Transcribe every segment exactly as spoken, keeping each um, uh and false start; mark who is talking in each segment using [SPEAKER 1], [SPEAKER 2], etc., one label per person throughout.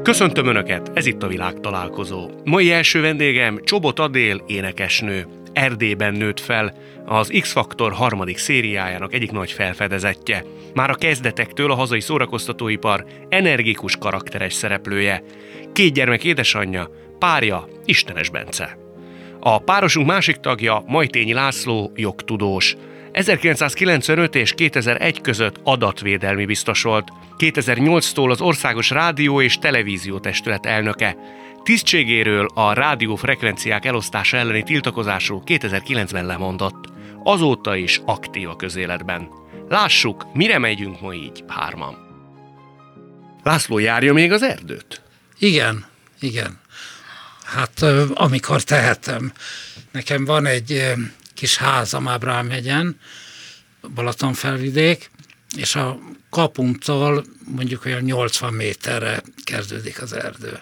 [SPEAKER 1] Köszöntöm Önöket, ez itt a Világtalálkozó. Mai első vendégem Csobot Adél énekesnő. Erdélyben nőtt fel, az X-Faktor harmadik szériájának egyik nagy felfedezettje. Már a kezdetektől a hazai szórakoztatóipar energikus karakteres szereplője. Két gyermek édesanyja, párja Istenes Bence. A párosunk másik tagja Majtényi László, jogtudós. ezerkilencszázkilencvenöt és kétezer-egy között adatvédelmi biztos volt. kétezer-nyolctól az Országos Rádió és Televízió Testület elnöke. Tisztségéről, a rádiófrekvenciák elosztása elleni tiltakozásról kétezer-kilencben lemondott. Azóta is aktív a közéletben. Lássuk, mire megyünk ma így hárman. László, járja még az erdőt?
[SPEAKER 2] Igen, igen. Hát amikor tehetem. Nekem van egy kis házam Ábrahám-hegyen, Balatonfelvidék, és a kapunktól mondjuk olyan nyolcvan méterre kezdődik az erdő.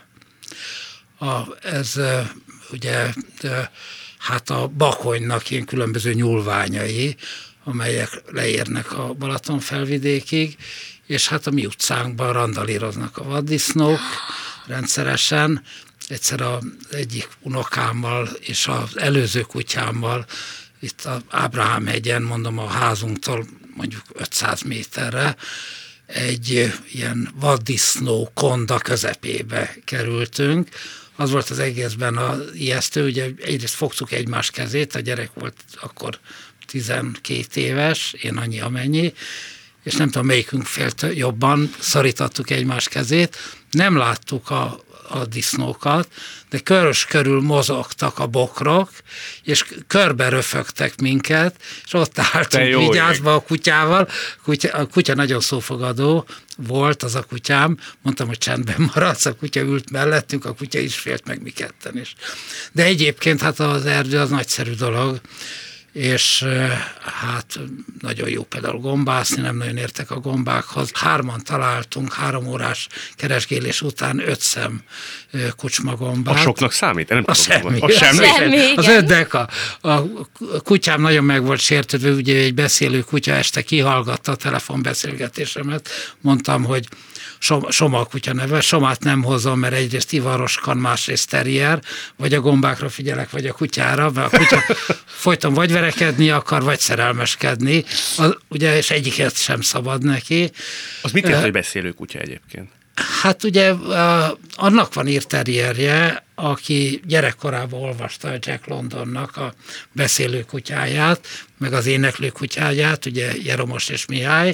[SPEAKER 2] A, ez ugye hát a Bakonynak ilyen különböző nyúlványai, amelyek leérnek a Balatonfelvidékig, és hát a mi utcánkban randalíroznak a vaddisznók rendszeresen. Egyszer az egyik unokámmal és az előző kutyámmal itt az Ábrahám-hegyen, mondom, a házunktól mondjuk ötszáz méterre egy ilyen vaddisznó konda közepébe kerültünk. Az volt az egészben az ijesztő, ugye egyrészt fogtuk egymás kezét, a gyerek volt akkor tizenkét éves, én annyi amennyi, és nem tudom melyikünk félt jobban, szorítottuk egymás kezét, nem láttuk a a disznókat, de körös körül mozogtak a bokrok, és körbe röfögtek minket, és ott álltunk vigyázva a kutyával. A kutya, a kutya nagyon szófogadó volt, az a kutyám, mondtam, hogy csendben maradsz, a kutya ült mellettünk, a kutya is félt meg mi ketten is. De egyébként hát az erdő az nagyszerű dolog, és hát nagyon jó például gombászni, nem nagyon értek a gombákhoz. Hárman találtunk, három órás keresgélés után öt szem kucsmagombát.
[SPEAKER 1] A soknak számít? Nem
[SPEAKER 2] a
[SPEAKER 1] tudom,
[SPEAKER 2] semmi.
[SPEAKER 1] A semmi?
[SPEAKER 2] A semmi. Az öt deka. A kutyám nagyon meg volt sértődve, ugye egy beszélő kutya este kihallgatta a telefonbeszélgetésemet. Mondtam, hogy Soma a kutya neve, Somát nem hozom, mert egyrészt ivaroskan, másrészt terrier, vagy a gombákra figyelek, vagy a kutyára, mert a kutya folyton vagy verekedni akar, vagy szerelmeskedni, az, ugye, és egyiket sem szabad neki.
[SPEAKER 1] Az mit jelent, hogy beszélő kutya egyébként?
[SPEAKER 2] Hát ugye annak van írterrierje, aki gyerekkorában olvasta a Jack Londonnak a beszélő kutyáját, meg az éneklő kutyáját, ugye Jeromos és Mihály,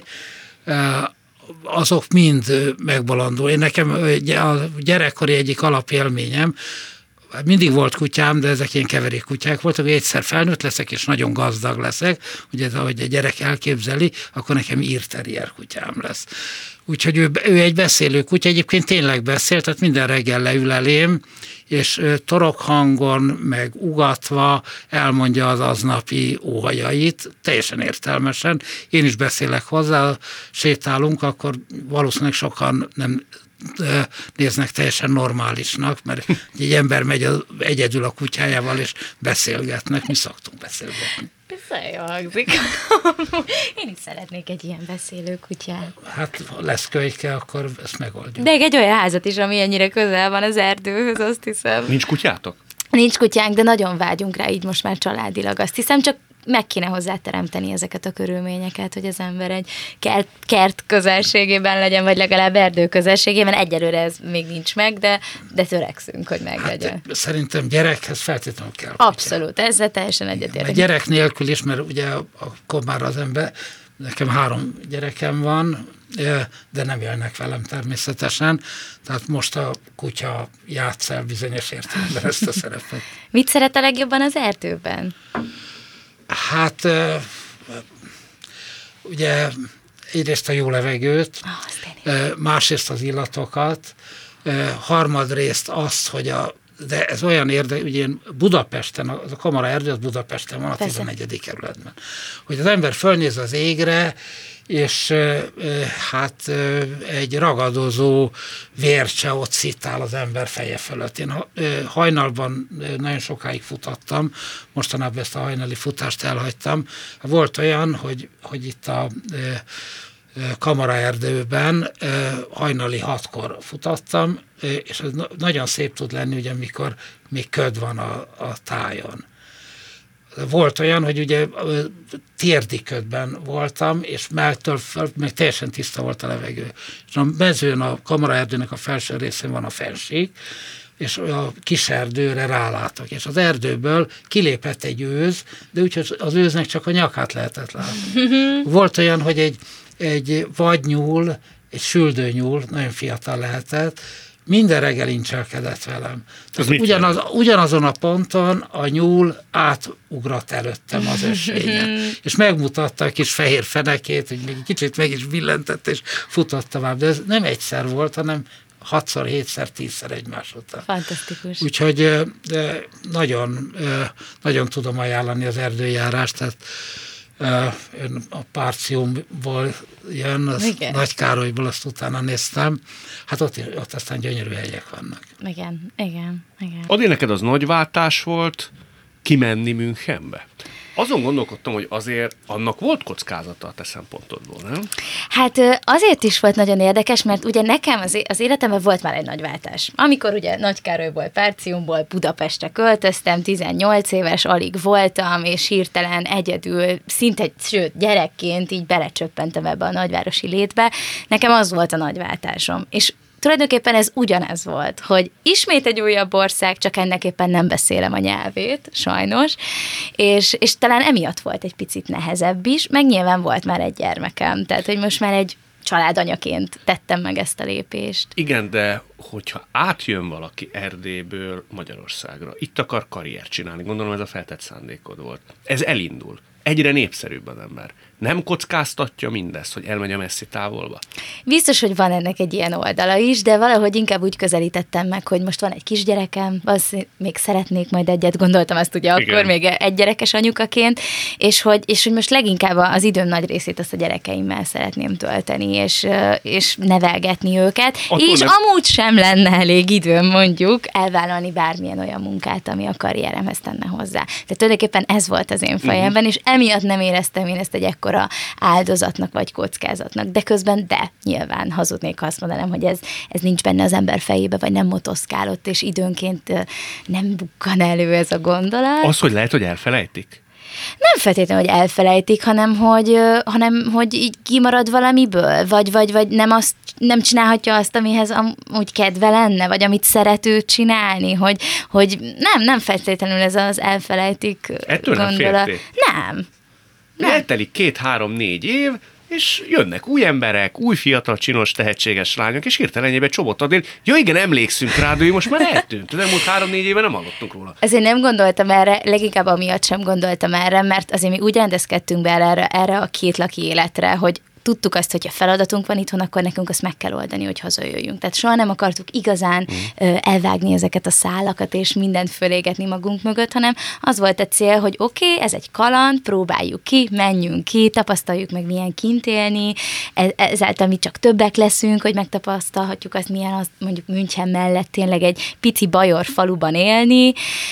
[SPEAKER 2] azok mind megbalandul. Én nekem a gyerekkori egyik alapélményem, mindig volt kutyám, de ezek ilyen keverék kutyák voltak, hogy egyszer felnőtt leszek, és nagyon gazdag leszek, ugye ahogy a gyerek elképzeli, akkor nekem írterrier kutyám lesz. Úgyhogy ő, ő egy beszélő kutya, egyébként tényleg beszél, tehát minden reggel leül elém, és torokhangon, meg ugatva elmondja az aznapi óhajait, teljesen értelmesen. Én is beszélek hozzá, sétálunk, akkor valószínűleg sokan nem néznek teljesen normálisnak, mert egy ember megy egyedül a kutyájával, és beszélgetnek, mi szoktunk beszélgetni.
[SPEAKER 3] Ez jól hangzik. Én is szeretnék egy ilyen beszélő kutyát.
[SPEAKER 2] Hát, ha lesz kölyke, akkor ezt megoldjuk.
[SPEAKER 3] De egy olyan házat is, ami ennyire közel van az erdőhöz, azt hiszem.
[SPEAKER 1] Nincs kutyátok?
[SPEAKER 3] Nincs kutyánk, de nagyon vágyunk rá, így most már családilag, azt hiszem, csak meg kéne hozzáteremteni ezeket a körülményeket, hogy az ember egy kert, kert közelségében legyen, vagy legalább erdő közelségében. Egyelőre ez még nincs meg, de, de törekszünk, hogy meglegyen. Hát,
[SPEAKER 2] szerintem gyerekhez feltétlenül kell.
[SPEAKER 3] Abszolút, kutyán. Ezzel teljesen egyetértek.
[SPEAKER 2] Gyerek nélkül is, mert ugye akkor már az ember, nekem három gyerekem van, de nem élnek velem természetesen, tehát most a kutya játsz el bizonyos értelemben ezt a szerepet.
[SPEAKER 3] Mit szeret a legjobban az erdőben?
[SPEAKER 2] Hát ugye egyrészt a jó levegőt,
[SPEAKER 3] oh,
[SPEAKER 2] másrészt az illatokat, harmadrészt azt, hogy a, de ez olyan érdekes, ugye Budapesten, a Kamara erdő az Budapesten van, a tizennegyedik kerületben, hogy az ember fölnéz az égre, és hát egy ragadozó vércse ott szitál az ember feje fölött. Én hajnalban nagyon sokáig futottam, mostanában ezt a hajnali futást elhagytam. Volt olyan, hogy, hogy itt a kamaraerdőben hajnali hatkor futottam, és ez nagyon szép tud lenni, ugye, amikor még köd van a, a tájon. Volt olyan, hogy ugye térdi ködben voltam, és melltől fel, meg teljesen tiszta volt a levegő. És a mezőn, a kamaraerdőnek a felső részén van a fenség, és a kis erdőre rálátok. És az erdőből kilépett egy őz, de úgyhogy az őznek csak a nyakát lehetett látni. Volt olyan, hogy egy, egy vadnyúl, egy süldőnyúl, nagyon fiatal lehetett, minden reggel incselkedett velem. Ugyanaz, ugyanazon a ponton a nyúl átugrott előttem az ösvényen, és megmutatta a kis fehér fenekét, hogy még kicsit meg is billentett, és futott tovább. De ez nem egyszer volt, hanem hatszor, hétszer, tízszer egymás után.
[SPEAKER 3] Fantasztikus.
[SPEAKER 2] Úgyhogy nagyon, nagyon tudom ajánlani az erdőjárást, tehát ön a Párciumból jön, az Nagykárolyból, azt utána néztem, hát ott, ott aztán gyönyörű helyek vannak.
[SPEAKER 3] Igen, igen, igen.
[SPEAKER 1] Adi, neked az nagy váltás volt kimenni Münchenbe? Azon gondolkodtam, hogy azért annak volt kockázata a te szempontodból, nem?
[SPEAKER 3] Hát azért is volt nagyon érdekes, mert ugye nekem az, az életemben volt már egy nagy váltás. Amikor ugye Nagykárolyból, Párciumból Budapestre költöztem, tizennyolc éves, alig voltam, és hirtelen egyedül, szinte, sőt, gyerekként így belecsöppentem ebbe a nagyvárosi létbe. Nekem az volt a nagy váltásom. És tulajdonképpen ez ugyanez volt, hogy ismét egy újabb ország, csak ennek éppen nem beszélem a nyelvét, sajnos, és, és talán emiatt volt egy picit nehezebb is, meg nyilván volt már egy gyermekem, tehát hogy most már egy családanyaként tettem meg ezt a lépést.
[SPEAKER 1] Igen, de hogyha átjön valaki Erdélyből Magyarországra, itt akar karriert csinálni, gondolom ez a feltett szándékod volt. Ez elindul. Egyre népszerűbb az ember. Nem kockáztatja mindezt, hogy elmegy a messzi távolba? Biztos,
[SPEAKER 3] hogy van ennek egy ilyen oldala is, de valahogy inkább úgy közelítettem meg, hogy most van egy kisgyerekem, az még szeretnék majd egyet, gondoltam ezt ugye igen. Akkor még egy gyerekes anyukaként, és hogy, és hogy most leginkább az időm nagy részét azt a gyerekeimmel szeretném tölteni, és, és nevelgetni őket, attól és nem... amúgy sem lenne elég időm mondjuk elvállalni bármilyen olyan munkát, ami a karrieremhez tenne hozzá. Tehát tulajdonképpen ez volt az én fejemben, uh-huh. és emiatt nem éreztem én ezt egy ekkora áldozatnak vagy kockázatnak, de közben de nyilván hazudnék, ha azt mondanám, hogy ez, ez nincs benne az ember fejébe, vagy nem motoszkálott, és időnként nem bukkan elő ez a gondolat.
[SPEAKER 1] Az, hogy lehet, hogy elfelejtik?
[SPEAKER 3] Nem feltétlenül, hogy elfelejtik, hanem hogy, hanem, hogy így kimarad valamiből, vagy, vagy, vagy nem, azt, nem csinálhatja azt, amihez úgy kedve lenne, vagy amit szeret ő csinálni, hogy, hogy nem, nem feltétlenül ez az elfelejtik
[SPEAKER 1] ettől
[SPEAKER 3] gondolat.
[SPEAKER 1] Nem,
[SPEAKER 3] nem. Nem.
[SPEAKER 1] Eltelik két-három-négy év, és jönnek új emberek, új fiatal, csinos, tehetséges lányok, és hirtelen ennyiben Csobot Adél. Ja igen, emlékszünk rá, de ő most már eltűnt. Az elmúlt három-négy éven nem hallottunk róla.
[SPEAKER 3] Ezért nem gondoltam erre, leginkább amiatt sem gondoltam erre, mert azért mi úgy rendezkedtünk be erre, erre a két laki életre, hogy tudtuk azt, hogy ha feladatunk van itthon, akkor nekünk azt meg kell oldani, hogy hazajöjjünk. Tehát soha nem akartuk igazán mm. elvágni ezeket a szálakat, és mindent fölégetni magunk mögött, hanem az volt a cél, hogy oké, okay, ez egy kaland, próbáljuk ki, menjünk ki, tapasztaljuk meg, milyen kint élni, ezáltal mi csak többek leszünk, hogy megtapasztalhatjuk azt, milyen az mondjuk München mellett tényleg egy pici bajor faluban élni,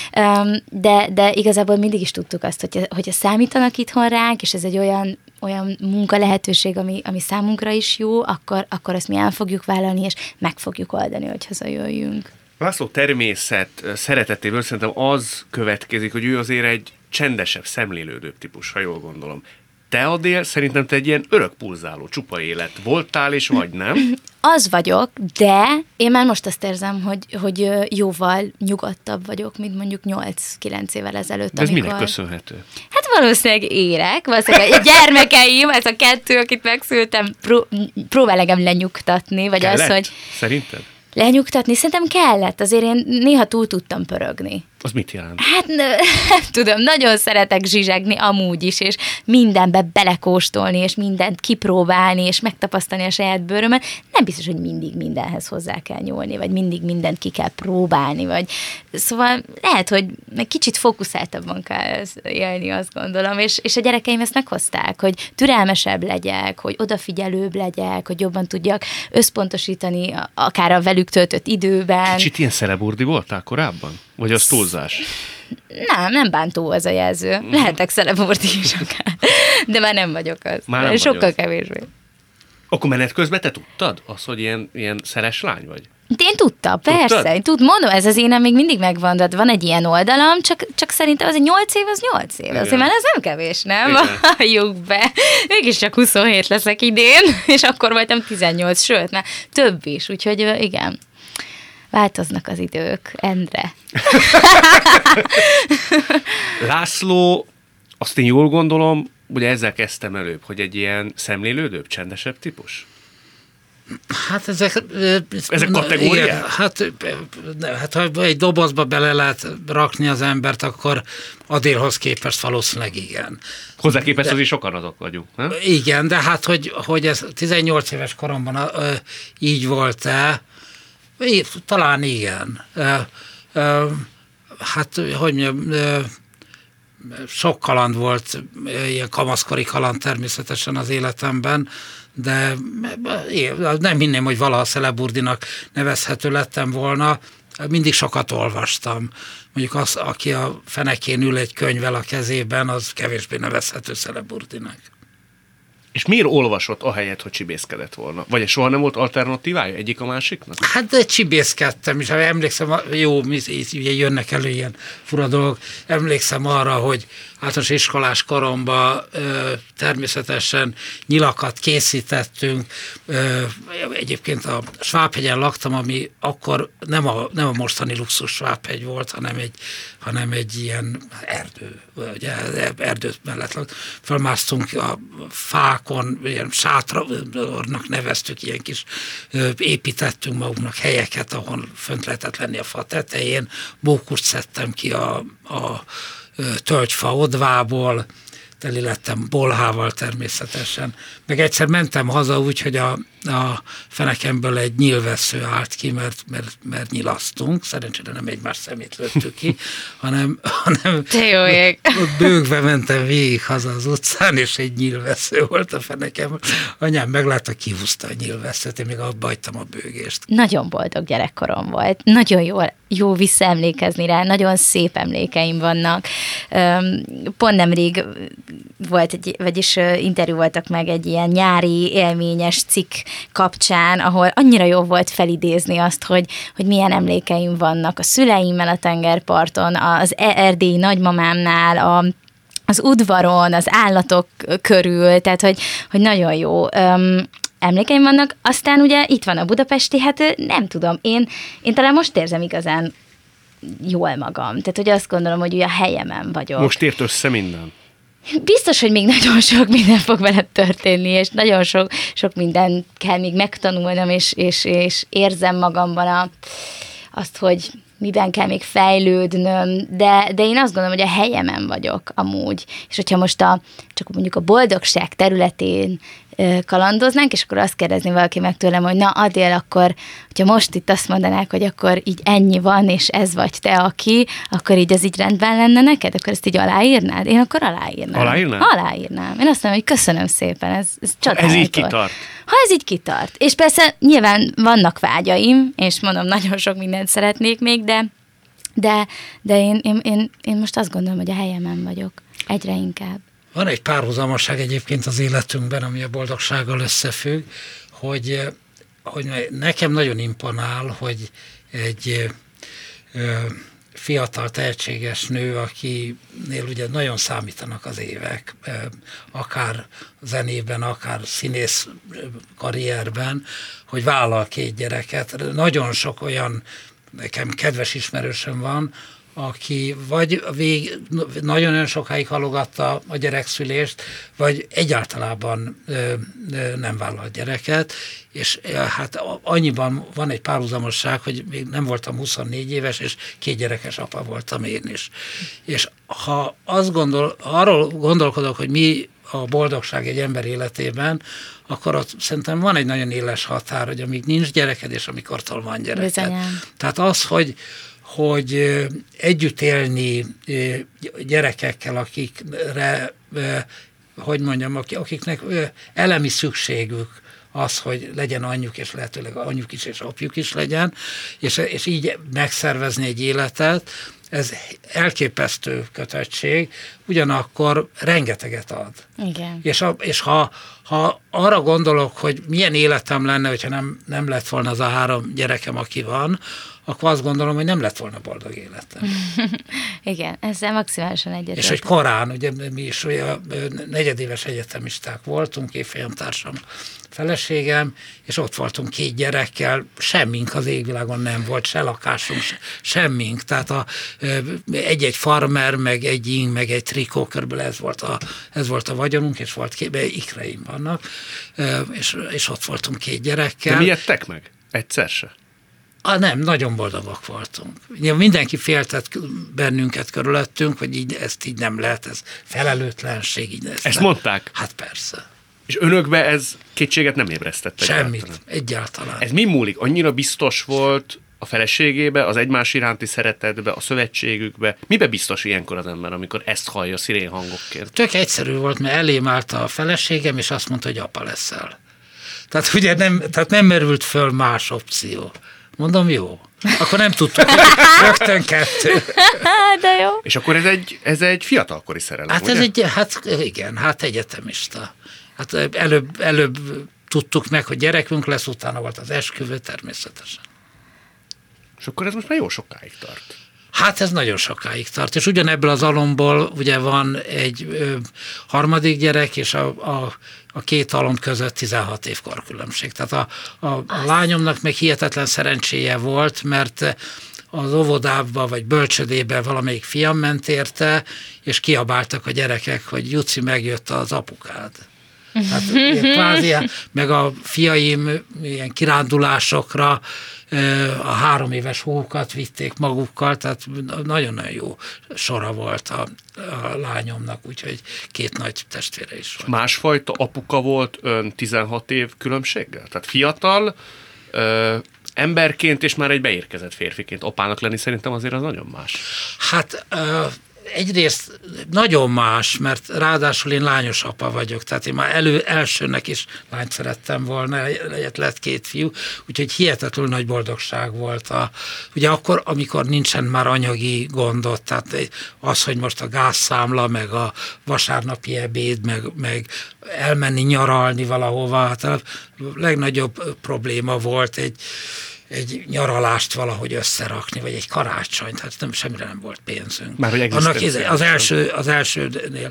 [SPEAKER 3] de, de igazából mindig is tudtuk azt, hogy, hogyha számítanak itthon ránk, és ez egy olyan olyan munka lehetőség, ami, ami számunkra is jó, akkor, akkor azt mi el fogjuk vállalni, és meg fogjuk oldani, hogy hazajöjjünk.
[SPEAKER 1] László természet szeretetéből szerintem az következik, hogy ő azért egy csendesebb, szemlélődőbb típus, ha jól gondolom. Te, Adél, szerintem te egy ilyen örök pulzáló, csupa élet voltál, és vagy nem?
[SPEAKER 3] Az vagyok, de én már most azt érzem, hogy, hogy jóval nyugodtabb vagyok, mint mondjuk nyolc-kilenc évvel ezelőtt.
[SPEAKER 1] De ez
[SPEAKER 3] amikor...
[SPEAKER 1] minek köszönhető?
[SPEAKER 3] Hát valószínűleg érek, valószínűleg a gyermekeim, ez a kettő, akit megszültem, pró- próbál engem lenyugtatni, vagy
[SPEAKER 1] kellett?
[SPEAKER 3] Az, hogy...
[SPEAKER 1] Szerinted?
[SPEAKER 3] Lenyugtatni? Szerintem kellett, azért én néha túl tudtam pörögni.
[SPEAKER 1] Az mit jelent?
[SPEAKER 3] Hát nem tudom, nagyon szeretek zsizsegni amúgy is, és mindenbe belekóstolni, és mindent kipróbálni, és megtapasztalni a saját bőrömet. Nem biztos, hogy mindig mindenhez hozzá kell nyúlni, vagy mindig mindent ki kell próbálni, vagy szóval lehet, hogy egy kicsit fókuszáltabban kell élni, azt gondolom, és, és a gyerekeim ezt meghozták, hogy türelmesebb legyek, hogy odafigyelőbb legyek, hogy jobban tudjak összpontosítani akár a velük töltött időben.
[SPEAKER 1] Kicsit ilyen szeleburdi voltál korábban? Vagy az túlzás?
[SPEAKER 3] Nem, nem bántó az a jelző. Lehetek szeleburdi is akár. De már nem vagyok az.
[SPEAKER 1] Már nem
[SPEAKER 3] sokkal
[SPEAKER 1] vagyok.
[SPEAKER 3] kevésbé.
[SPEAKER 1] Akkor menet közben te tudtad az, hogy ilyen, ilyen szeres lány vagy?
[SPEAKER 3] Én tudtam, persze.
[SPEAKER 1] Tudtad?
[SPEAKER 3] Én tud, mondom, ez az énem még mindig megvan, de van egy ilyen oldalam, csak, csak szerintem az egy nyolc év, az nyolc év. Azért már ez nem kevés, nem? Halljuk be. Mégis csak huszonhét leszek idén, és akkor voltam tizennyolc, sőt, már több is, úgyhogy igen. Változnak az idők, Endre.
[SPEAKER 1] László, azt én jól gondolom, ugye ezzel kezdtem előbb, hogy egy ilyen szemlélődőbb, csendesebb típus?
[SPEAKER 2] Hát ezek...
[SPEAKER 1] Ezek kategóriák?
[SPEAKER 2] Igen, hát, hát ha egy dobozba bele lehet rakni az embert, akkor Adélhoz képest valószínűleg igen.
[SPEAKER 1] Hozzá képest
[SPEAKER 2] de,
[SPEAKER 1] az is sokan azok vagyunk, nem?
[SPEAKER 2] Igen, de hát, hogy, hogy ez tizennyolc éves koromban ö, így volt-e, talán igen. Ö, ö, hát, hogy mondjam, ö, sok kaland volt, ilyen kamaszkori kaland természetesen az életemben, de nem hinném, hogy valaha Szeleburdinak nevezhető lettem volna. Mindig sokat olvastam. Mondjuk az, aki a fenekén ül egy könyvvel a kezében, az kevésbé nevezhető Szeleburdinak.
[SPEAKER 1] És miért olvasott ahelyett, hogy csibészkedett volna? Vagy soha nem volt alternatívája egyik a másiknak?
[SPEAKER 2] Hát de csibészkedtem, és emlékszem, jó, ugye jönnek elő ilyen fura dolgok, emlékszem arra, hogy általános iskolás koromban ö, természetesen nyilakat készítettünk. Ö, egyébként a Svábhegyen laktam, ami akkor nem a, nem a mostani luxus Svábhegy volt, hanem egy, hanem egy ilyen erdő, ugye, erdő mellett laktam. Felmásztunk a fákon, ilyen sátranak neveztük, ilyen kis ö, építettünk magunknak helyeket, ahol fönt lehetett lenni a fa tetején. Bókurt szedtem ki a, a tölgyfa odvából, teli lettem bolhával természetesen. Meg egyszer mentem haza úgy, hogy a, a fenekemből egy nyílvessző állt ki, mert, mert, mert nyilasztunk. Szerencsére nem egymás szemét lőttük ki, hanem, hanem bőgve mentem végig haza az utcán, és egy nyílvessző volt a fenekemből. Anyám meglátta, kihúzta a nyílvesszőt, én még abba hagytam a bőgést.
[SPEAKER 3] Nagyon boldog gyerekkorom volt. Nagyon jó, jó visszaemlékezni rá, nagyon szép emlékeim vannak. Pont nemrég volt egy, vagyis interjú voltak meg egy ilyen nyári élményes cikk kapcsán, ahol annyira jó volt felidézni azt, hogy, hogy milyen emlékeim vannak a szüleimmel a tengerparton, az erdélyi nagymamámnál, a, az udvaron, az állatok körül, tehát hogy, hogy nagyon jó um, emlékeim vannak. Aztán ugye itt van a budapesti, hát nem tudom, én, én talán most érzem igazán jól magam. Tehát, hogy azt gondolom, hogy ugye a helyemen vagyok.
[SPEAKER 1] Most ért össze minden?
[SPEAKER 3] Biztos, hogy még nagyon sok minden fog veled történni, és nagyon sok, sok minden kell még megtanulnom, és, és, és érzem magamban a, azt, hogy miben kell még fejlődnöm, de, de én azt gondolom, hogy a helyemen vagyok amúgy. És hogyha most a, csak mondjuk a boldogság területén kalandoznánk, és akkor azt kérdezni valaki meg tőlem, hogy na Adél, akkor, hogyha most itt azt mondanák, hogy akkor így ennyi van, és ez vagy te, aki, akkor így az így rendben lenne neked? Akkor ezt így aláírnád? Én akkor aláírnám.
[SPEAKER 1] Aláírnám?
[SPEAKER 3] Aláírnám. Én azt mondom, hogy köszönöm szépen, ez, ez csodálatos.
[SPEAKER 1] Ez így kitart.
[SPEAKER 3] Ha ez így kitart. És persze nyilván vannak vágyaim, és mondom, nagyon sok mindent szeretnék még, de, de, de én, én, én, én most azt gondolom, hogy a helyemen vagyok. Egyre inkább.
[SPEAKER 2] Van egy párhuzamosság egyébként az életünkben, ami a boldogsággal összefügg, hogy, hogy nekem nagyon imponál, hogy egy fiatal, tehetséges nő, akinél ugye nagyon számítanak az évek, akár zenében, akár színész karrierben, hogy vállal két gyereket. Nagyon sok olyan, nekem kedves ismerősöm van, aki vagy vég, nagyon-nagyon sokáig halogatta a gyerekszülést, vagy egyáltalában ö, ö, nem vállalt gyereket, és hát annyiban van egy párhuzamosság, hogy még nem voltam huszonnégy éves, és két gyerekes apa voltam én is. És ha azt gondol, arról gondolkodok, hogy mi a boldogság egy ember életében, akkor ott szerintem van egy nagyon éles határ, hogy amíg nincs gyereked, és amikortól van gyereked.
[SPEAKER 3] Bizonyán.
[SPEAKER 2] Tehát az, hogy hogy együtt élni gyerekekkel, akikre, hogy mondjam, akiknek elemi szükségük az, hogy legyen anyjuk, és lehetőleg anyjuk is, és apjuk is legyen, és, és így megszervezni egy életet, ez elképesztő kötöttség, ugyanakkor rengeteget ad.
[SPEAKER 3] Igen.
[SPEAKER 2] És, a, és ha, ha arra gondolok, hogy milyen életem lenne, hogyha nem, nem lett volna az a három gyerekem, aki van, akkor azt gondolom, hogy nem lett volna boldog életem.
[SPEAKER 3] Igen, ezzel maximálisan egyetértek.
[SPEAKER 2] És hogy korán, ugye mi is ugye, negyedéves egyetemisták voltunk, évfolyamtársam, feleségem, és ott voltunk két gyerekkel, semmink az égvilágon nem volt, se lakásunk, se, semmink. Tehát a, egy-egy farmer, meg egy ing, meg egy trikó, körülbelül ez volt a, ez volt a vagyonunk, és volt két, ikreim vannak, és, és ott voltunk két gyerekkel.
[SPEAKER 1] De mi ettek meg? Egyszer se?
[SPEAKER 2] Ah, nem, nagyon boldogak voltunk. Mindenki féltett bennünket körülöttünk, hogy így, ezt így nem lehet, ez felelőtlenség. Így ezt
[SPEAKER 1] ezt
[SPEAKER 2] nem.
[SPEAKER 1] mondták?
[SPEAKER 2] Hát persze.
[SPEAKER 1] És önökbe ez kétséget nem ébresztett?
[SPEAKER 2] Semmit,
[SPEAKER 1] egyáltalán?
[SPEAKER 2] egyáltalán.
[SPEAKER 1] Ez mi múlik? Annyira biztos volt a feleségébe, az egymás iránti szeretetbe, a szövetségükbe? Mibe biztos ilyenkor az ember, amikor ezt hallja szirén hangokként?
[SPEAKER 2] Tök egyszerű volt, mert elém állt a feleségem, és azt mondta, hogy apa leszel. Tehát ugye nem, tehát nem merült föl más opció. Mondom, jó. Akkor nem tudtuk, rögtön kettő.
[SPEAKER 3] De jó.
[SPEAKER 1] És akkor ez egy, ez egy fiatalkori szerelem,
[SPEAKER 2] Hát
[SPEAKER 1] ugye?
[SPEAKER 2] ez egy, hát igen, hát egyetemista. Hát előbb, előbb tudtuk meg, hogy gyerekünk lesz, utána volt az esküvő természetesen.
[SPEAKER 1] És akkor ez most már jó sokáig tart.
[SPEAKER 2] Hát ez nagyon sokáig tart, és ugyanebből az alomból ugye van egy ö, harmadik gyerek, és a, a, a két alom között tizenhat év korkülönbség. Tehát a, a, a lányomnak meg hihetetlen szerencséje volt, mert az óvodába vagy bölcsödébe valamelyik fiam ment érte, és kiabáltak a gyerekek, hogy Juci, megjött az apukád. Tehát kvázi, meg a fiaim ilyen kirándulásokra a három éves húkat vitték magukkal, tehát nagyon-nagyon jó sora volt a, a lányomnak, úgyhogy két nagy testvére is volt.
[SPEAKER 1] Másfajta apuka volt ön tizenhat év különbséggel? Tehát fiatal, ö, emberként és már egy beérkezett férfiként apának lenni szerintem azért az nagyon más. Hát...
[SPEAKER 2] Ö, Egyrészt nagyon más, mert ráadásul én lányos apa vagyok, tehát én már elő, elsőnek is lányt szerettem volna, lett két fiú, úgyhogy hihetetlenül nagy boldogság volt. A, ugye akkor, amikor nincsen már anyagi gondot, tehát az, hogy most a gázszámla, meg a vasárnapi ebéd, meg, meg elmenni nyaralni valahova, hát a legnagyobb probléma volt egy egy nyaralást valahogy összerakni, vagy egy karácsonyt, hát nem, semmire nem volt pénzünk.
[SPEAKER 1] Már hogy
[SPEAKER 2] Annak az, első, az elsőnél.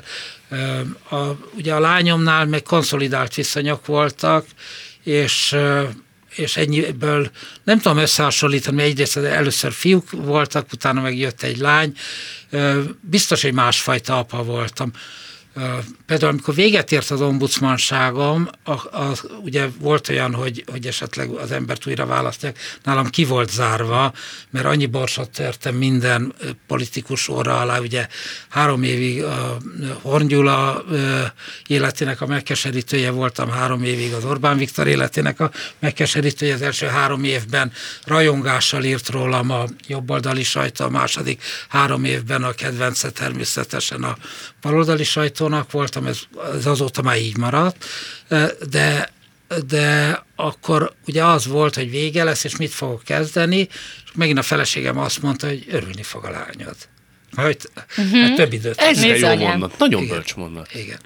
[SPEAKER 2] A, ugye a lányomnál meg konszolidált viszonyok voltak, és, és ennyiből nem tudom összehasonlítani, mert egyrészt először fiúk voltak, utána meg jött egy lány. Biztos, hogy másfajta apa voltam. Például amikor véget ért az ombudsmanságom, a, a, ugye volt olyan, hogy, hogy esetleg az embert újra választják, nálam ki volt zárva, mert annyi borsot törtem minden politikus orra alá, ugye három évig a Horn Gyula életének a megkeserítője voltam, három évig az Orbán Viktor életének a megkeserítője, az első három évben rajongással írt rólam a jobboldali sajtó, a második három évben a kedvence természetesen a baloldali sajtónak voltam, ez, ez azóta már így maradt, de, de akkor ugye az volt, hogy vége lesz, és mit fogok kezdeni, és megint a feleségem azt mondta, hogy örülni fog a lányod. Hogy, uh-huh. hát több időt.
[SPEAKER 1] Ez jó mondat, nagyon igen, bölcs mondat.
[SPEAKER 2] Igen,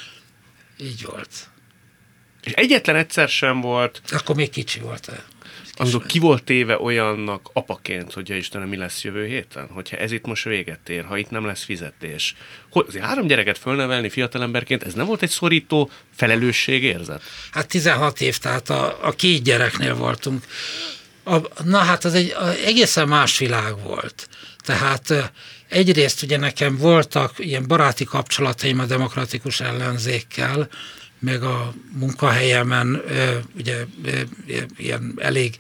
[SPEAKER 2] így volt.
[SPEAKER 1] És egyetlen egyszer sem volt.
[SPEAKER 2] Akkor még kicsi volt.
[SPEAKER 1] Amikor ki volt téve olyannak apaként, hogy ja Istenem, mi lesz jövő héten? Hogyha ez itt most véget ér, ha itt nem lesz fizetés. Hogy azért három gyereket fölnevelni fiatalemberként, ez nem volt egy szorító felelősségérzet?
[SPEAKER 2] Hát tizenhat év, tehát a, a két gyereknél voltunk. A, na hát az egy a, egészen más világ volt. Tehát egyrészt ugye nekem voltak ilyen baráti kapcsolataim a demokratikus ellenzékkel, meg a munkahelyemen ugye ilyen elég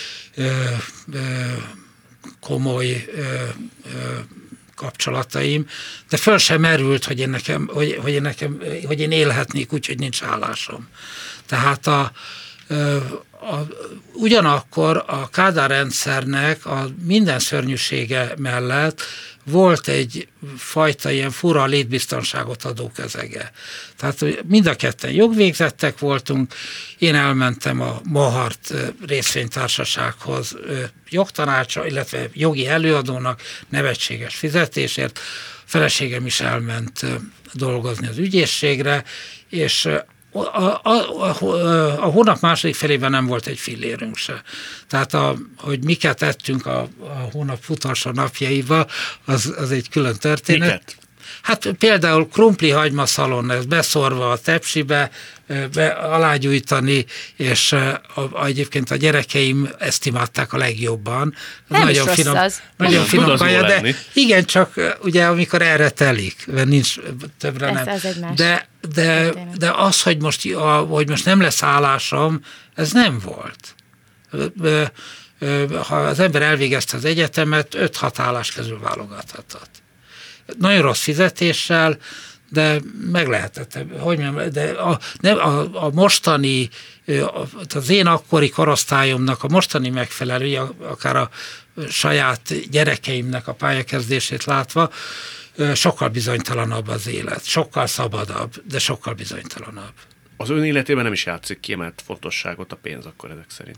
[SPEAKER 2] komoly kapcsolataim, de föl sem merült, hogy én, nekem, hogy, hogy, én nekem, hogy én élhetnék úgy, hogy nincs állásom. Tehát a, a, ugyanakkor a Kádár rendszernek a minden szörnyűsége mellett volt egy fajta ilyen fura létbiztonságot adó közege. Tehát mind a ketten jogvégzettek voltunk, én elmentem a Mohart részvénytársasághoz jogtanácsa, illetve jogi előadónak nevetséges fizetésért, feleségem is elment dolgozni az ügyészségre, és A, a, a, a hónap második felében nem volt egy fillérünk se. Tehát, a, hogy miket ettünk a, a hónap utolsó napjaiba, az, az egy külön történet.
[SPEAKER 1] Miket?
[SPEAKER 2] Hát például krumpli hagyma szalon, ez beszorva a tepsibe, be, alágyújtani, és a, a, egyébként a gyerekeim ezt imádták a legjobban.
[SPEAKER 3] Nem
[SPEAKER 2] nagyon
[SPEAKER 3] is
[SPEAKER 2] finom,
[SPEAKER 3] az.
[SPEAKER 2] nagyon finom
[SPEAKER 1] Tud az
[SPEAKER 2] kaja,
[SPEAKER 1] jó
[SPEAKER 2] de
[SPEAKER 1] lenni.
[SPEAKER 2] igen, csak ugye amikor erre telik, mert nincs többre
[SPEAKER 3] Ez-
[SPEAKER 2] nem.
[SPEAKER 3] ez egy más
[SPEAKER 2] De, de,
[SPEAKER 3] történet.
[SPEAKER 2] de az, hogy most, a, hogy most nem lesz állásom, ez nem volt. Ö, ö, Ha az ember elvégezte az egyetemet, öt-hat állás közül válogathatott. Nagyon rossz fizetéssel, de meg lehetett, hogy mondjam, de a, nem, a, a mostani, az én akkori korosztályomnak a mostani megfelelője, akár a saját gyerekeimnek a pályakezdését látva, sokkal bizonytalanabb az élet, sokkal szabadabb, de sokkal bizonytalanabb.
[SPEAKER 1] Az ön életében nem is játszik kiemelt fontosságot a pénz akkor ezek szerint.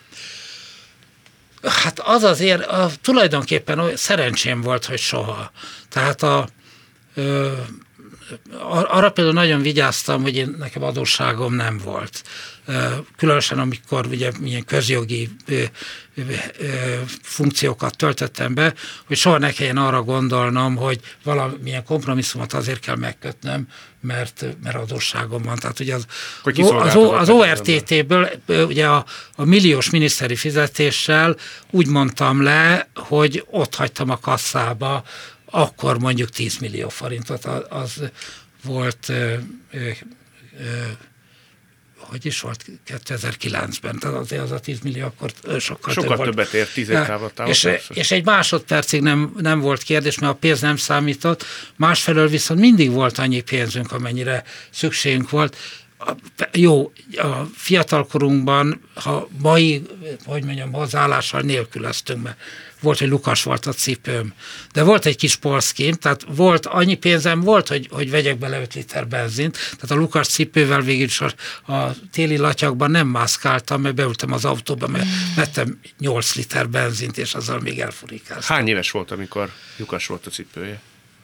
[SPEAKER 2] Hát az azért a, tulajdonképpen olyan szerencsém volt, hogy soha. Tehát a, ö, arra például nagyon vigyáztam, hogy én, nekem adósságom nem volt. Különösen amikor ugye milyen közjogi ö, ö, ö, funkciókat töltöttem be, hogy soha ne kelljen arra gondolnom, hogy valamilyen kompromisszumot azért kell megkötnöm, mert, mert adósságom van. Tehát ugye az,
[SPEAKER 1] Hogy
[SPEAKER 2] az, az o er té té-ből ugye a, a milliós miniszteri fizetéssel úgy mondtam le, hogy ott hagytam a kasszába akkor mondjuk tíz millió forintot, az volt ö, ö, ö, hogy is volt kétezer-kilencben, tehát azért az a tíz millió akkor sokkal,
[SPEAKER 1] Sokkal
[SPEAKER 2] több
[SPEAKER 1] többet ért tíz év távlatával.
[SPEAKER 2] És, és egy másodpercig nem, nem volt kérdés, mert a pénz nem számított, másfelől viszont mindig volt annyi pénzünk, amennyire szükségünk volt. A, jó, a fiatalkorunkban, ha mai, hogy mondjam, hozzáállással nélkülöztünk, mert volt, hogy lukas volt a cipőm, de volt egy kis polszkém, tehát volt, annyi pénzem volt, hogy, hogy vegyek bele öt liter benzint, tehát a lukas cipővel végül is a, a téli latyakban nem mászkáltam, mert beültem az autóba, mert vettem nyolc liter benzint, és azzal még elfurikáztam.
[SPEAKER 1] Hány éves volt, amikor lyukas volt a cipője?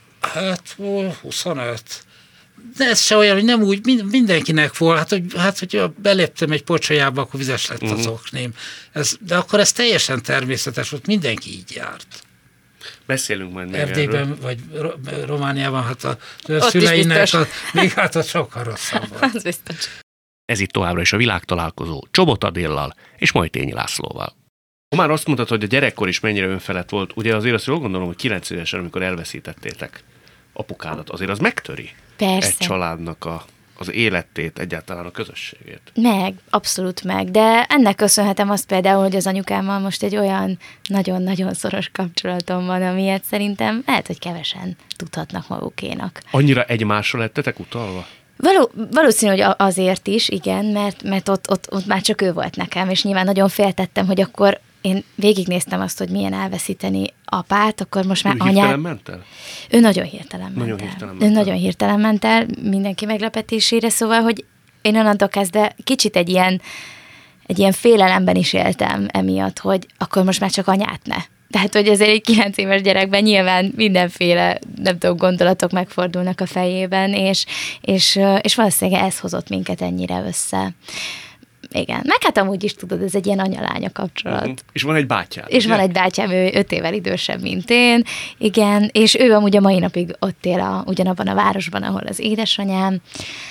[SPEAKER 2] Hát huszonöt. De ez se olyan, hogy nem úgy, mindenkinek volt, hát, hogy, hát hogyha beléptem egy pocsolyába, akkor vizes lett az
[SPEAKER 1] Uh-huh.
[SPEAKER 2] okném. Ez, de akkor ez teljesen természetes volt, mindenki így járt.
[SPEAKER 1] Beszélünk majd még
[SPEAKER 2] Erdélyben,
[SPEAKER 1] erről.
[SPEAKER 2] vagy Romániában, hát a, a
[SPEAKER 3] Ott is
[SPEAKER 2] szüleinek,
[SPEAKER 3] biztos.
[SPEAKER 2] a, még hát az sokkal rosszabb volt.
[SPEAKER 3] Az biztos.
[SPEAKER 1] Ez itt továbbra is a világtalálkozó Csobot Adéllal és Majtényi Lászlóval. Ha már azt mondtad, hogy a gyerekkor is mennyire önfelett volt, ugye azért azt jól gondolom, hogy kilenc évesen, amikor elveszítettétek apukádat, azért az megtöri
[SPEAKER 3] Persze.
[SPEAKER 1] egy családnak a, az életét, egyáltalán a közösségét.
[SPEAKER 3] Meg, abszolút meg, de ennek köszönhetem azt például, hogy az anyukámmal most egy olyan nagyon-nagyon szoros kapcsolatom van, amilyet szerintem lehet, hogy kevesen tudhatnak magukénak.
[SPEAKER 1] Annyira egymásra lettetek utalva?
[SPEAKER 3] Való, valószínű, hogy azért is, igen, mert, mert ott, ott, ott már csak ő volt nekem, és nyilván nagyon féltettem, hogy akkor én végignéztem azt, hogy milyen elveszíteni apát, akkor most már
[SPEAKER 1] Ő
[SPEAKER 3] anyát...
[SPEAKER 1] hirtelen ment el?
[SPEAKER 3] Ő nagyon hirtelen ment
[SPEAKER 1] Nagyon
[SPEAKER 3] el.
[SPEAKER 1] hirtelen
[SPEAKER 3] Ő
[SPEAKER 1] ment el.
[SPEAKER 3] nagyon hirtelen ment el, mindenki meglepetésére, szóval, hogy én onnantól kezdve kicsit egy ilyen, egy ilyen félelemben is éltem emiatt, hogy akkor most már csak anyát ne. Tehát, hogy azért egy kilenc éves gyerekben nyilván mindenféle, nem tudom, gondolatok megfordulnak a fejében, és, és, és valószínűleg ez hozott minket ennyire össze. Igen. Meg hát amúgy is tudod, ez egy ilyen anya-lánya kapcsolat.
[SPEAKER 1] Uh-huh. És van egy bátyád.
[SPEAKER 3] És
[SPEAKER 1] ugye?
[SPEAKER 3] van egy bátyám, ő öt évvel idősebb, mint én, igen, és ő amúgy a mai napig ott él a, ugyanabban a városban, ahol az édesanyám.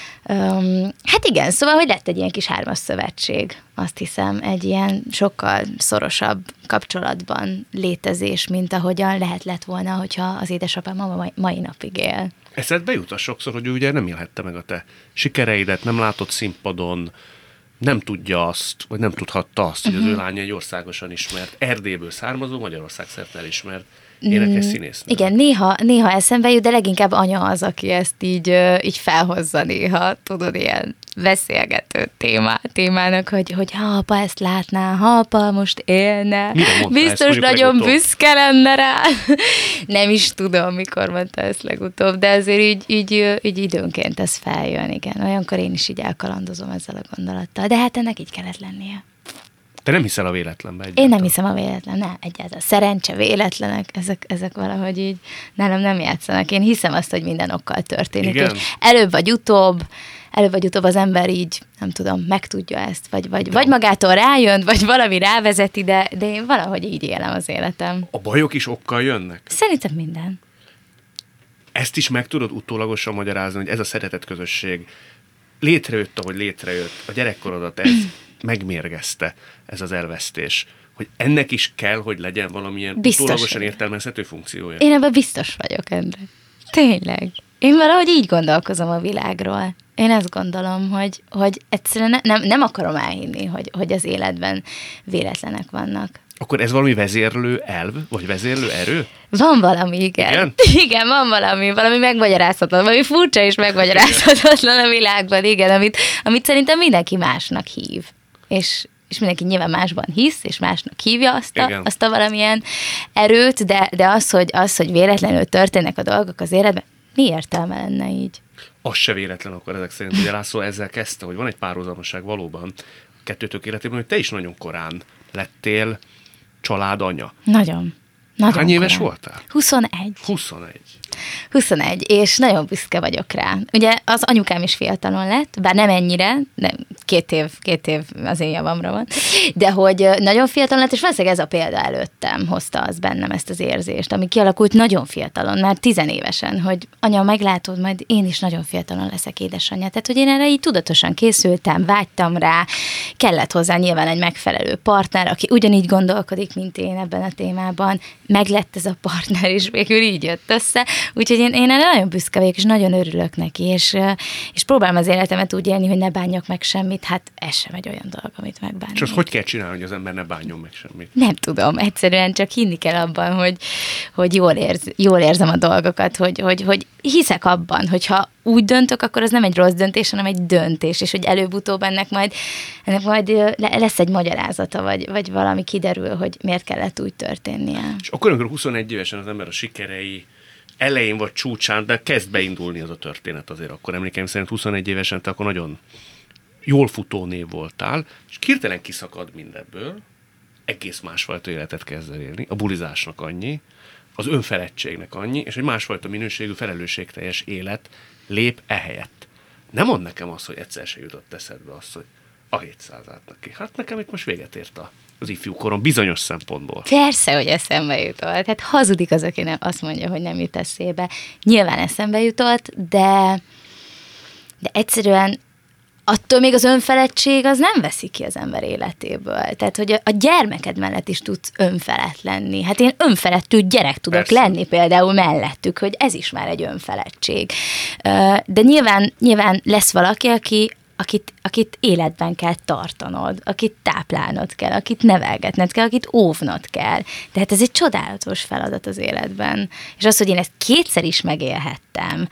[SPEAKER 3] Um, hát igen, szóval, hogy lett egy ilyen kis hármas szövetség, azt hiszem, egy ilyen sokkal szorosabb kapcsolatban létezés, mint ahogyan lehet lett volna, hogyha az édesapám a mai, mai napig él.
[SPEAKER 1] Eszedbe jut az sokszor, hogy ő ugye nem élhette meg a te sikereidet, nem látott színpadon, nem tudja azt, vagy nem tudhatta azt, hogy az ő lánya egy országosan ismert, Erdélyből származó, Magyarország szerte elismert énekes színésznő.
[SPEAKER 3] Igen, néha, néha eszembe jut, de leginkább anya az, aki ezt így, így felhozza néha, tudod, ilyen beszélgető témá, témának, hogy, hogy ha apa ezt látná, ha apa most élne, biztos nagyon legutóbb? Büszke lenne rá. Nem is tudom, mikor mondta ezt legutóbb, de azért így, így, így időnként ez feljön, igen. Olyankor én is így elkalandozom ezzel a gondolattal, de hát ennek így kellett lennie.
[SPEAKER 1] Te nem hiszel a véletlenbe egyáltalán?
[SPEAKER 3] Én nem hiszem a véletlen, nem, egyáltalán. Szerencse, véletlenek, ezek, ezek valahogy így nálam nem játszanak. Én hiszem azt, hogy minden okkal történik.
[SPEAKER 1] Igen?
[SPEAKER 3] Hogy előbb vagy utóbb, előbb vagy utóbb az ember így, nem tudom, megtudja ezt, vagy, vagy, vagy magától rájön, vagy valami rávezeti, de, de én valahogy így élem az életem.
[SPEAKER 1] A bajok is okkal jönnek?
[SPEAKER 3] Szerintem minden.
[SPEAKER 1] Ezt is meg tudod utólagosan magyarázni, hogy ez a szeretett közösség létrejött, ahogy létrejött, a gyerekkorodat ez megmérgezte, ez az elvesztés, hogy ennek is kell, hogy legyen valamilyen biztos utólagosan vagyok. Értelmezhető funkciója.
[SPEAKER 3] Én ebben biztos vagyok, Endre. Tényleg. Én valahogy így gondolkozom a világról. Én ezt gondolom, hogy, hogy egyszerűen ne, nem, nem akarom elhinni, hogy, hogy az életben véletlenek vannak.
[SPEAKER 1] Akkor ez valami vezérlő elv, vagy vezérlő erő?
[SPEAKER 3] Van valami, igen. Igen, igen van valami, valami megmagyarázhatatlan, valami furcsa és megmagyarázhatatlan a világban, igen, amit, amit szerintem mindenki másnak hív. És, és mindenki nyilván másban hisz, és másnak hívja azt a, azt a valamilyen erőt, de, de az, hogy, az, hogy véletlenül történnek a dolgok az életben, mi értelme lenne így?
[SPEAKER 1] Az se véletlen akkor ezek szerint. Ugye László ezzel kezdte, hogy van egy párhuzamosság valóban a kettőtök életében, hogy te is nagyon korán lettél családanya.
[SPEAKER 3] Nagyon. Nagyon
[SPEAKER 1] Hány éves
[SPEAKER 3] korán.
[SPEAKER 1] voltál?
[SPEAKER 3] huszonegy.
[SPEAKER 1] huszonegy.
[SPEAKER 3] huszonegy, és nagyon büszke vagyok rá. Ugye az anyukám is fiatalon lett, bár nem ennyire, de két év, két év az én javamra van, de hogy nagyon fiatalon lett, és valószínűleg ez a példa előttem hozta az bennem ezt az érzést, ami kialakult nagyon fiatalon, már tizenévesen, hogy anya, meglátod, majd én is nagyon fiatalon leszek édesanyja. Tehát, hogy én erre így tudatosan készültem, vágytam rá, kellett hozzá nyilván egy megfelelő partner, aki ugyanígy gondolkodik, mint én ebben a témában. Meglett ez a partner, és végül így jött össze. Úgyhogy én, én erre nagyon büszke vagyok, és nagyon örülök neki, és, és próbálom az életemet úgy élni, hogy ne bánjak meg semmit, hát ez sem egy olyan dolog, amit megbánni.
[SPEAKER 1] És azt hogy kell csinálni, hogy az ember ne bánjon meg semmit?
[SPEAKER 3] Nem tudom, egyszerűen csak hinni kell abban, hogy, hogy jól, érz, jól érzem a dolgokat, hogy, hogy, hogy hiszek abban, hogyha úgy döntök, akkor az nem egy rossz döntés, hanem egy döntés, és hogy előbb-utóbb ennek majd, ennek majd lesz egy magyarázata, vagy, vagy valami kiderül, hogy miért kellett úgy történnie.
[SPEAKER 1] És akkor, amikor huszonegy évesen az ember a sikerei elején vagy csúcsán, de kezd beindulni az a történet azért, akkor emlékeim szerint huszonegy évesen te akkor nagyon jól futó név voltál, és hirtelen kiszakad mindebből, egész másfajta életet kezd el élni, a bulizásnak annyi, az önfeledtségnek annyi, és egy másfajta minőségű felelősségteljes élet lép ehelyett. Nem mond nekem azt, hogy egyszer se jutott eszedbe azt, hogy a hétszázát neki. Hát nekem itt most véget ért a az ifjú korom bizonyos szempontból.
[SPEAKER 3] Persze, hogy eszembe jutott. Tehát hazudik az, aki nem, azt mondja, hogy nem jut eszébe. Nyilván eszembe jutott, de, de egyszerűen attól még az önfeledtség az nem veszi ki az ember életéből. Tehát, hogy a, a gyermeked mellett is tudsz önfelett lenni. Hát én önfelettű gyerek tudok Persze. lenni például mellettük, hogy ez is már egy önfeledtség. De nyilván, nyilván lesz valaki, aki Akit, akit életben kell tartanod, akit táplálnod kell, akit nevelgetned kell, akit óvnod kell. De hát ez egy csodálatos feladat az életben. És az, hogy én ezt kétszer is megélhettem,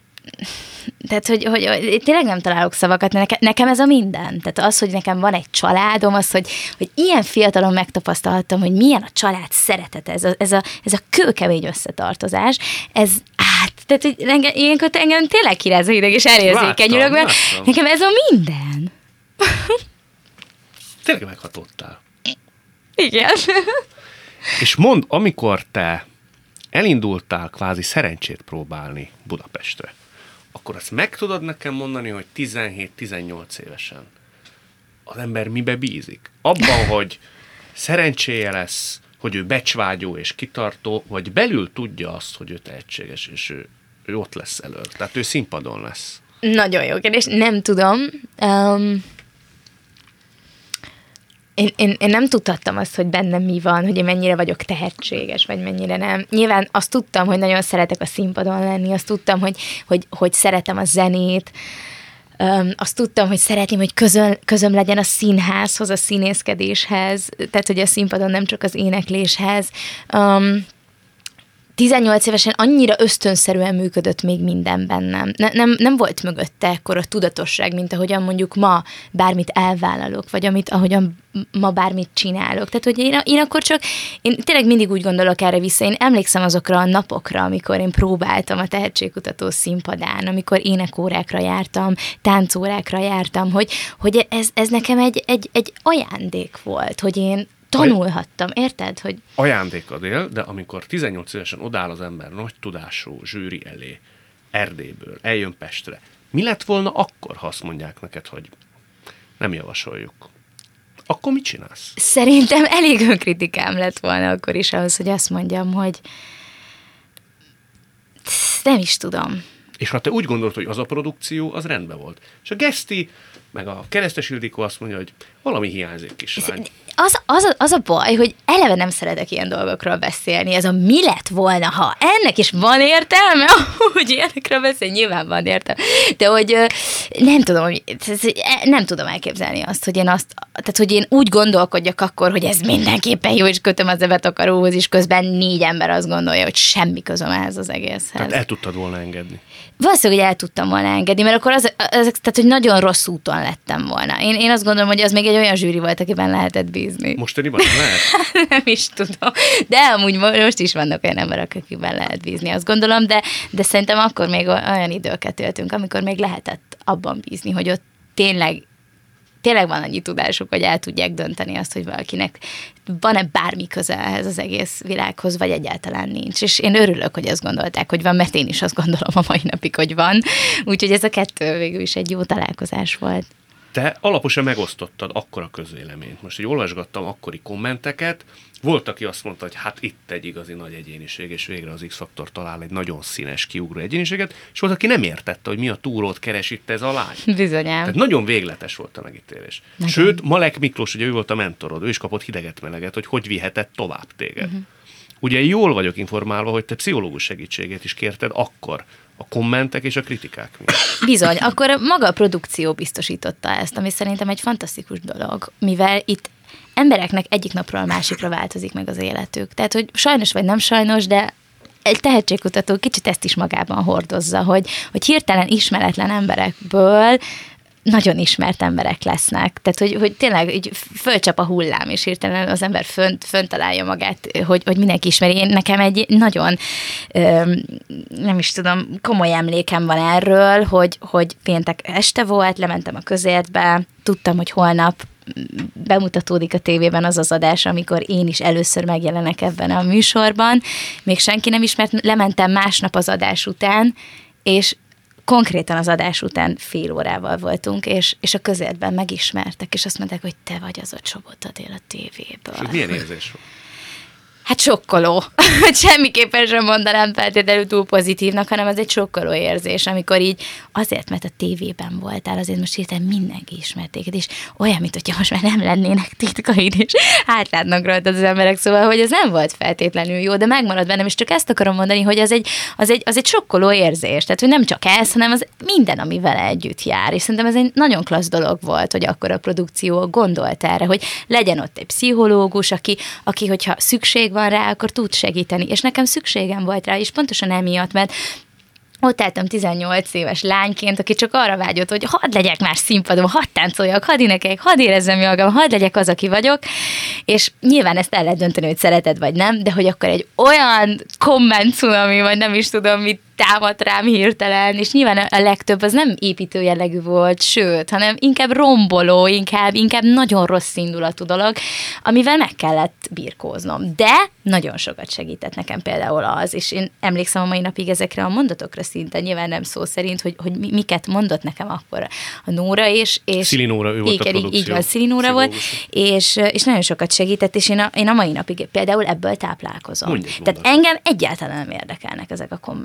[SPEAKER 3] tehát, hogy, hogy, hogy tényleg nem találok szavakat, nekem, nekem ez a minden. Tehát az, hogy nekem van egy családom, az, hogy, hogy ilyen fiatalon megtapasztalhattam, hogy milyen a család szeretete, ez a, ez a, ez a kőkemény összetartozás, ez át, tehát, hogy engem, ilyenkor engem tényleg kiráz a hideg, és elérzékenyülök, mert láttam. Nekem ez a minden.
[SPEAKER 1] Tényleg meghatódtál.
[SPEAKER 3] Igen.
[SPEAKER 1] És mondd, amikor te elindultál kvázi szerencsét próbálni Budapestre, akkor azt meg tudod nekem mondani, hogy tizenhét-tizennyolc évesen az ember mibe bízik? Abban, hogy szerencséje lesz, hogy ő becsvágyó és kitartó, vagy belül tudja azt, hogy ő tehetséges, és ő, ő ott lesz elől. Tehát ő színpadon lesz.
[SPEAKER 3] Nagyon jó kérdés. Nem tudom. Um... Én, én, én nem tudhattam azt, hogy bennem mi van, hogy én mennyire vagyok tehetséges, vagy mennyire nem. Nyilván azt tudtam, hogy nagyon szeretek a színpadon lenni, azt tudtam, hogy, hogy, hogy szeretem a zenét, um, azt tudtam, hogy szeretném, hogy közöm, közöm legyen a színházhoz, a színészkedéshez, tehát hogy a színpadon nem csak az énekléshez. Um, tizennyolc évesen annyira ösztönszerűen működött még minden bennem. Ne, nem, nem volt mögötte ekkora tudatosság, mint ahogyan mondjuk ma bármit elvállalok, vagy amit, ahogyan ma bármit csinálok. Tehát, hogy én, én akkor csak, én tényleg mindig úgy gondolok erre vissza, én emlékszem azokra a napokra, amikor én próbáltam a tehetségkutató színpadán, amikor énekórákra jártam, táncórákra jártam, hogy, hogy ez, ez nekem egy, egy, egy ajándék volt, hogy én tanulhattam, érted? Hogy...
[SPEAKER 1] Ajándékod él, de amikor tizennyolc évesen odáll az ember nagy tudású zsűri elé, Erdélyből, eljön Pestre, mi lett volna akkor, ha azt mondják neked, hogy nem javasoljuk? Akkor mit csinálsz?
[SPEAKER 3] Szerintem elég önkritikám lett volna akkor is ahhoz, hogy azt mondjam, hogy nem is tudom.
[SPEAKER 1] És ha te úgy gondolod, hogy az a produkció, az rendben volt. És a Geszti, meg a Keresztes Ildikó azt mondja, hogy valami hiányzik, kislány.
[SPEAKER 3] Az, az, a, az a baj, hogy eleve nem szeretek ilyen dolgokról beszélni. Ez a mi lett volna, ha ennek is van értelme, hogy ilyenekről beszélni, nyilván van értelme. De hogy nem tudom, hogy, nem tudom elképzelni azt, hogy én azt, tehát hogy én úgy gondolkodjak akkor, hogy ez mindenképpen jó, és kötöm az evet akaróhoz, és közben négy ember azt gondolja, hogy semmi közöm ehhez az egészhez.
[SPEAKER 1] Tehát el tudtad volna engedni.
[SPEAKER 3] Valószínűleg, hogy el tudtam volna engedni, mert akkor az, az, tehát, hogy nagyon rossz úton lettem volna. Én, én azt gondolom, hogy az még egy olyan zsűri volt, akiben lehetett bízni.
[SPEAKER 1] Mostaniban nem lehet?
[SPEAKER 3] Nem is tudom. De amúgy most is vannak olyan emberek, akikben lehet bízni, azt gondolom, de, de szerintem akkor még olyan időket éltünk, amikor még lehetett abban bízni, hogy ott tényleg tényleg van annyi tudásuk, hogy el tudják dönteni azt, hogy valakinek van-e bármi köze ehhez az egész világhoz, vagy egyáltalán nincs. És én örülök, hogy azt gondolták, hogy van, mert én is azt gondolom a mai napig, hogy van. Úgyhogy ez a kettő végül is egy jó találkozás volt.
[SPEAKER 1] Te alaposan megosztottad akkor a közvéleményt. Most, hogy olvasgattam akkori kommenteket, volt, aki azt mondta, hogy hát itt egy igazi nagy egyéniség, és végre az X-faktor talál egy nagyon színes, kiugró egyéniséget, és volt, aki nem értette, hogy mi a túrót keres itt ez a lány.
[SPEAKER 3] Bizonyám.
[SPEAKER 1] Tehát nagyon végletes volt a megítélés. Nagyon. Sőt, Malek Miklós, ugye ő volt a mentorod, ő is kapott hideget-meleget, hogy hogy vihetett tovább téged. Uh-huh. Ugye jól vagyok informálva, hogy te pszichológus segítségét is kérted akkor, a kommentek és a kritikák miatt.
[SPEAKER 3] Bizony, akkor maga a produkció biztosította ezt, ami szerintem egy fantasztikus dolog, mivel itt embereknek egyik napról a másikra változik meg az életük. Tehát, hogy sajnos vagy nem sajnos, de egy tehetségkutató kicsit ezt is magában hordozza, hogy, hogy hirtelen ismeretlen emberekből nagyon ismert emberek lesznek. Tehát, hogy, hogy tényleg így fölcsap a hullám, és hirtelen az ember fönt, fönt találja magát, hogy, hogy mindenki ismeri. Én, nekem egy nagyon, nem is tudom, komoly emlékem van erről, hogy, hogy péntek este volt, lementem a közértbe, tudtam, hogy holnap bemutatódik a tévében az az adás, amikor én is először megjelenek ebben a műsorban. Még senki nem ismert, lementem másnap az adás után, és konkrétan az adás után fél órával voltunk, és, és a közértben megismertek, és azt mondták, hogy te vagy az a Csobot Adél a tévéből.
[SPEAKER 1] És milyen érzés volt?
[SPEAKER 3] Hát sokkoló. Semmiképpen sem mondanám feltétlenül túl pozitívnak, hanem az egy sokkoló érzés, amikor így azért, mert a tévében voltál, azért most hirtelen mindenki ismert téged, és olyan, mint hogyha most már nem lennének titkaid, és átlátnak rajtad az emberek, szóval, hogy ez nem volt feltétlenül jó, de megmarad bennem, és csak ezt akarom mondani, hogy az egy, az egy, az egy sokkoló érzés, tehát, hogy nem csak ez, hanem az minden, ami vele együtt jár, és szerintem ez egy nagyon klassz dolog volt, hogy akkor a produkció gondolt erre, hogy legyen ott egy pszichológus, aki, aki hogyha szükség van rá, akkor tud segíteni. És nekem szükségem volt rá, és pontosan emiatt, mert ott álltam tizennyolc éves lányként, aki csak arra vágyott, hogy hadd legyek már színpadon, hadd táncoljak, hadd énekeljek, hadd érezzem magam, hadd legyek az, aki vagyok, és nyilván ezt el lehet dönteni, hogy szereted vagy nem, de hogy akkor egy olyan komment cunami, vagy nem is tudom, mit támadt rám hirtelen, és nyilván a legtöbb az nem építő jellegű volt, sőt, hanem inkább romboló, inkább, inkább nagyon rossz indulatú dolog, amivel meg kellett birkóznom. De nagyon sokat segített nekem például az, és én emlékszem a mai napig ezekre a mondatokra szinte, nyilván nem szó szerint, hogy, hogy miket mondott nekem akkor a Nóra, és... és
[SPEAKER 1] Szili Nóra, ő volt
[SPEAKER 3] igen,
[SPEAKER 1] a produkció.
[SPEAKER 3] Így van, Szili Nóra volt, és, és nagyon sokat segített, és én a, én a mai napig például ebből táplálkozom.
[SPEAKER 1] Mondjuk,
[SPEAKER 3] Tehát engem egyáltalán nem érdekelnek ezek a kommentek,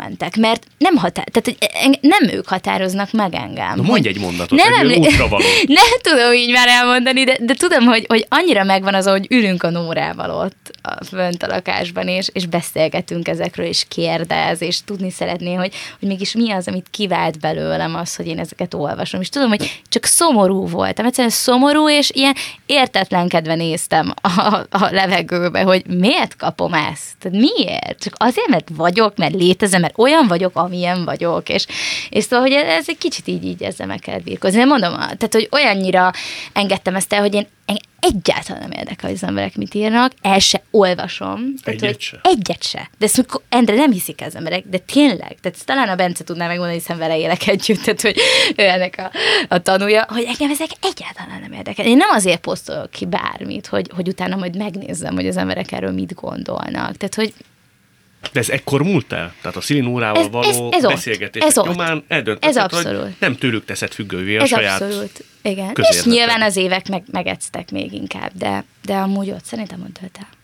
[SPEAKER 3] mert nem határ, tehát hogy nem ők határoznak meg engem.
[SPEAKER 1] Na mondj egy mondatot,
[SPEAKER 3] nem,
[SPEAKER 1] egy emlé... útravaló.
[SPEAKER 3] Nem tudom így már elmondani, de, de tudom, hogy, hogy annyira megvan az, hogy ülünk a Nórával ott a, fönt a lakásban, és, és beszélgetünk ezekről, és kérdez, és tudni szeretné, hogy, hogy mégis mi az, amit kivált belőlem az, hogy én ezeket olvasom. És tudom, hogy csak szomorú voltam, egyszerűen szomorú, és ilyen értetlenkedve néztem a, a levegőbe, hogy miért kapom ezt? Tehát miért? Csak azért, mert vagyok, mert létezem, mert olyan vagyok, amilyen vagyok, és, és szóval, hogy ez egy kicsit így, így ezzel meg kell birkózni. Nem mondom, tehát, hogy olyannyira engedtem ezt el, hogy én egyáltalán nem érdekel, hogy az emberek mit írnak, el se olvasom. Tehát,
[SPEAKER 1] egyet se?
[SPEAKER 3] Egyet se. De ezt Endre nem hiszik az emberek, de tényleg. Tehát talán a Bence tudná megmondani, hiszen vele élek együtt, tehát hogy ő ennek a, a tanúja, hogy engem ezek egyáltalán nem érdekel. Én nem azért posztolok ki bármit, hogy, hogy utána majd megnézzem, hogy az emberek erről mit gondolnak. Tehát, hogy
[SPEAKER 1] de ez ekkor múlt el? Tehát a Szili Nórával
[SPEAKER 3] ez,
[SPEAKER 1] való
[SPEAKER 3] ez, ez
[SPEAKER 1] beszélgetések
[SPEAKER 3] ez
[SPEAKER 1] nyomán eldöntötted,
[SPEAKER 3] ez abszolút.
[SPEAKER 1] hogy nem tőlük teszed függővé a
[SPEAKER 3] ez
[SPEAKER 1] saját
[SPEAKER 3] abszolút. Igen. És nyilván az évek meg, megectek még inkább, de, de amúgy ott szerintem ott dölt el.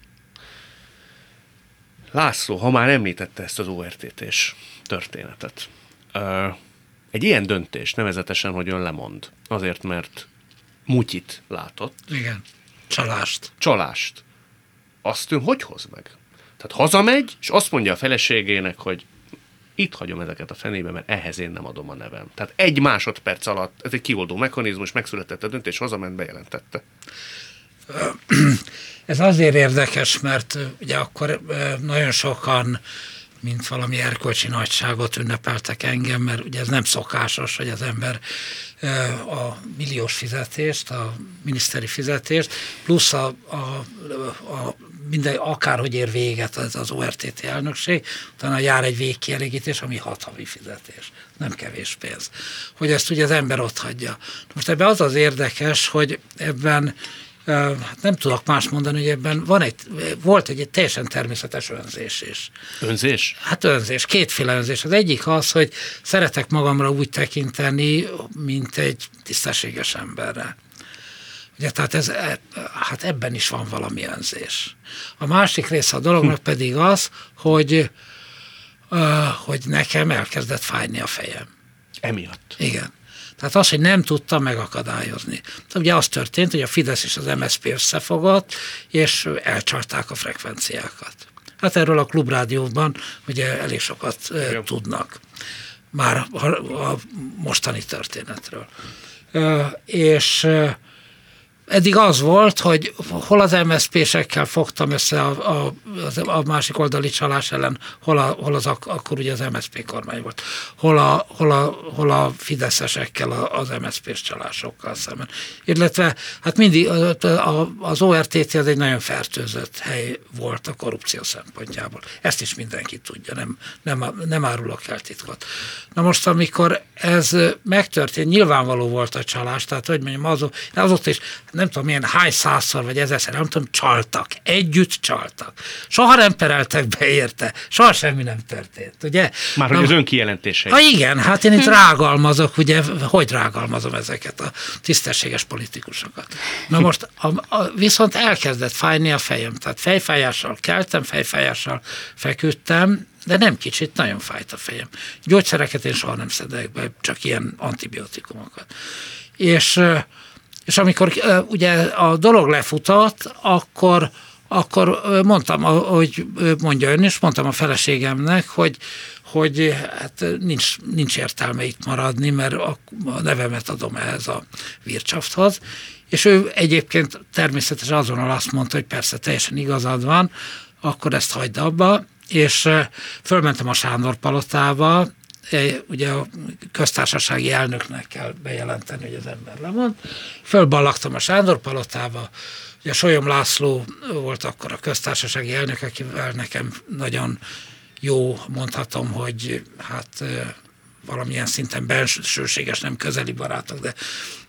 [SPEAKER 1] László, ha már említette ezt az o er té té-s történetet, egy ilyen döntés, nevezetesen, hogy ön lemond, azért, mert mutyit látott.
[SPEAKER 2] Igen, csalást.
[SPEAKER 1] Csalást. Azt ön hogy hoz meg? Tehát hazamegy, és azt mondja a feleségének, hogy itt hagyom ezeket a fenébe, mert ehhez én nem adom a nevem. Tehát egy másodperc alatt, ez egy kioldó mechanizmus, megszületett a döntés, hazament, bejelentette.
[SPEAKER 2] Ez azért érdekes, mert ugye akkor nagyon sokan, mint valami erkölcsi nagyságot ünnepeltek engem, mert ugye ez nem szokásos, hogy az ember a milliós fizetést, a miniszteri fizetést, plusz a, a, a minden, akárhogy ér véget az, az o er té té elnökség, utána jár egy végkielégítés, ami hat havi fizetés. Nem kevés pénz. Hogy ezt ugye az ember ott hagyja. Most ebben az az érdekes, hogy ebben hát nem tudok más mondani, hogy ebben van egy, volt egy, egy teljesen természetes önzés is.
[SPEAKER 1] Önzés?
[SPEAKER 2] Hát önzés, kétféle önzés. Az egyik az, hogy szeretek magamra úgy tekinteni, mint egy tisztességes emberre. Ugye, tehát ez, hát ebben is van valami önzés. A másik része a dolognak pedig az, hogy, hogy nekem elkezdett fájni a fejem.
[SPEAKER 1] Emiatt?
[SPEAKER 2] Igen. Tehát az, hogy nem tudtam megakadályozni. Ugye az történt, hogy a Fidesz és az em es zé pé összefogott, és elcsalták a frekvenciákat. Hát erről a Klubrádióban ugye elég sokat e, tudnak. Már a, a mostani történetről. E, és e, eddig az volt, hogy hol az em es zé pé-sekkel fogtam össze a, a, a másik oldali csalás ellen, hol, a, hol az ak- akkor ugye az em es zé pé kormány volt, hol a, hol a, hol a fideszesekkel, az em es zé pés csalásokkal szemben. Illetve hát mindig az o er té té az egy nagyon fertőzött hely volt a korrupció szempontjából. Ezt is mindenki tudja, nem, nem, nem árulok el titkot. Na most, amikor ez megtörtént, nyilvánvaló volt a csalás, tehát hogy mondjam, azó, azóta is nem tudom milyen hány százszor vagy ezerszer, nem tudom, csaltak. Együtt csaltak. Soha nem pereltek be érte. Soha semmi nem történt, ugye?
[SPEAKER 1] Már
[SPEAKER 2] Na,
[SPEAKER 1] hogy az önkijelentései.
[SPEAKER 2] Ha igen, hát én itt rágalmazok, ugye, hogy rágalmazom ezeket a tisztességes politikusokat. Na most a, a, viszont elkezdett fájni a fejem, tehát fejfájással keltem, fejfájással feküdtem, de nem kicsit, nagyon fájt a fejem. Gyógyszereket én soha nem szedek be, csak ilyen antibiotikumokat. És És amikor uh, ugye a dolog lefutott, akkor, akkor mondtam, hogy mondja ön is, mondtam a feleségemnek, hogy, hogy hát nincs, nincs értelme itt maradni, mert a, a nevemet adom ehhez a Wirtschafthoz. És ő egyébként természetesen azonnal azt mondta, hogy persze teljesen igazad van, akkor ezt hagyd abba, és uh, fölmentem a Sándor palotába, ugye a köztársasági elnöknek kell bejelenteni, hogy az ember lemond. Fölballagtam a Sándor palotába, ugye Solyom László volt akkor a köztársasági elnök, akivel nekem nagyon jó, mondhatom, hogy hát valamilyen szinten bensőséges, nem közeli barátok, de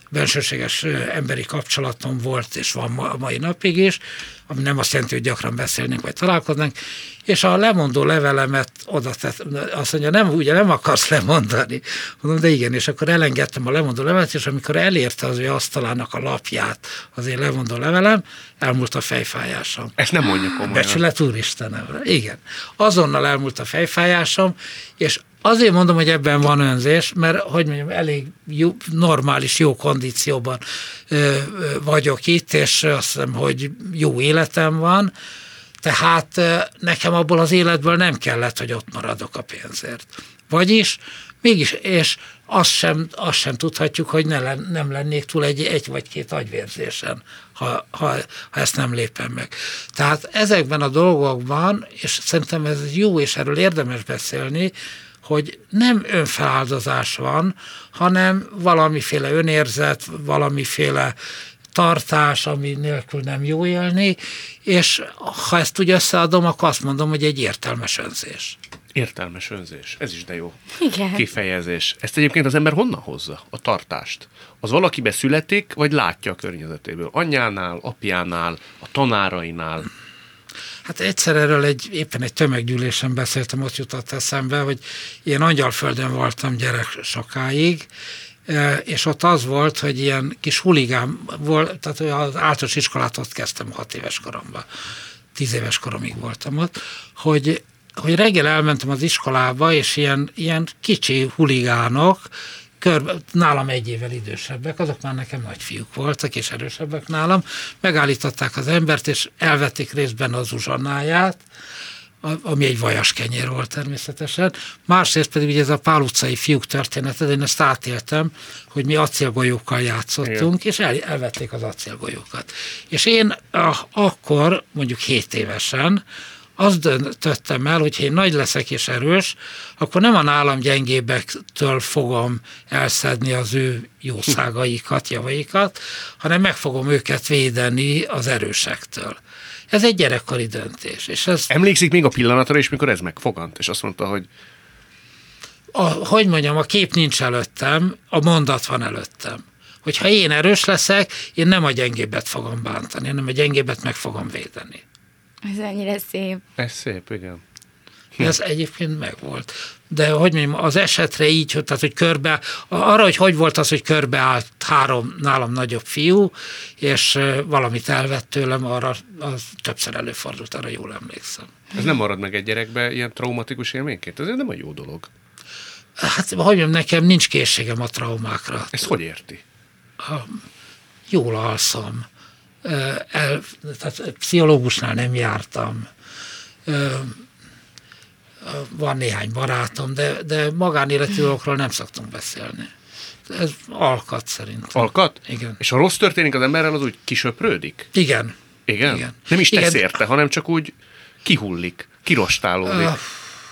[SPEAKER 2] bensőséges emberi kapcsolatom volt, és van ma, a mai napig is, ami nem azt jelenti, hogy gyakran beszélnénk, vagy találkoznánk, és a lemondó levelemet oda tett, azt mondja, nem, ugye nem akarsz lemondani. Mondom, de igen, és akkor elengedtem a lemondó levelet, és amikor elérte az ő asztalának a lapját az én lemondó levelem, elmúlt a fejfájásom.
[SPEAKER 1] Ezt nem mondja komolyan.
[SPEAKER 2] Becsület Úristenemre. Igen. Azonnal elmúlt a fejfájásom, és azért mondom, hogy ebben van önzés, mert, hogy mondjam, elég jó, normális, jó kondícióban ö, ö, vagyok itt, és azt hiszem, hogy jó életem van, tehát ö, nekem abból az életből nem kellett, hogy ott maradok a pénzért. Vagyis, mégis, és azt sem, azt sem tudhatjuk, hogy ne len, nem lennék túl egy, egy vagy két agyvérzésen, ha, ha, ha ezt nem lépem meg. Tehát ezekben a dolgokban, és szerintem ez jó, és erről érdemes beszélni, hogy nem önfeláldozás van, hanem valamiféle önérzet, valamiféle tartás, ami nélkül nem jó élni, és ha ezt úgy összeadom, akkor azt mondom, hogy egy értelmes önzés.
[SPEAKER 1] Értelmes önzés. Ez is de jó
[SPEAKER 3] Igen.
[SPEAKER 1] kifejezés. Ezt egyébként az ember honnan hozza, a tartást? Az valakibe születik, vagy látja a környezetéből? Anyjánál, apjánál, a tanárainál?
[SPEAKER 2] Hát egyszer erről egy, éppen egy tömeggyűlésen beszéltem, ott jutott eszembe, hogy én Angyalföldön voltam gyerek sokáig, és ott az volt, hogy ilyen kis huligán volt, tehát az általános iskolát ott kezdtem hat éves koromban, tíz éves koromig voltam ott, hogy, hogy reggel elmentem az iskolába, és ilyen, ilyen kicsi huligánok, körbe, nálam egy évvel idősebbek, azok már nekem nagy fiúk voltak, és erősebbek nálam, megállították az embert, és elvették részben az uzsonnáját, ami egy vajas kenyér volt természetesen. Másrészt pedig ugye ez a Pál utcai fiúk története, de én ezt átéltem, hogy mi acélgolyókkal játszottunk, igen. És el, elvették az acélgolyókat. És én a, akkor, mondjuk hét évesen, azt döntöttem el, hogy ha én nagy leszek és erős, akkor nem a nálam gyengébbektől fogom elszedni az ő jószágaikat, javaikat, hanem meg fogom őket védeni az erősektől. Ez egy gyerekkori döntés. És ez,
[SPEAKER 1] emlékszik még a pillanatra is, mikor ez megfogant, és azt mondta, hogy...
[SPEAKER 2] A, hogy mondjam, a kép nincs előttem, a mondat van előttem. Hogyha én erős leszek, én nem a gyengébbet fogom bántani, hanem a gyengébbet meg fogom védeni.
[SPEAKER 3] Ez ennyire szép.
[SPEAKER 1] Ez szép, igen.
[SPEAKER 2] Ez egyébként megvolt. De hogy mondjam, az esetre így, tehát hogy körbe, arra, hogy hogy volt az, hogy körbeállt három nálam nagyobb fiú, és valamit elvett tőlem, arra az többször előfordult, arra jól emlékszem.
[SPEAKER 1] Ez nem marad meg egy gyerekbe ilyen traumatikus élményként? Ez nem egy jó dolog.
[SPEAKER 2] Hát, hogy mondjam, nekem nincs készségem a traumákra.
[SPEAKER 1] Ezt hogy érti?
[SPEAKER 2] Ha jól alszom. El, tehát pszichológusnál nem jártam. Van néhány barátom, de, de magánéleti dolgokról nem szoktunk beszélni. Ez alkat szerintem.
[SPEAKER 1] Alkat?
[SPEAKER 2] Igen.
[SPEAKER 1] És ha rossz történik az emberrel, az úgy kisöprődik?
[SPEAKER 2] Igen.
[SPEAKER 1] Igen?
[SPEAKER 2] Igen.
[SPEAKER 1] Nem is tesz
[SPEAKER 2] Igen.
[SPEAKER 1] érte, hanem csak úgy kihullik, kirostálódik. Uh,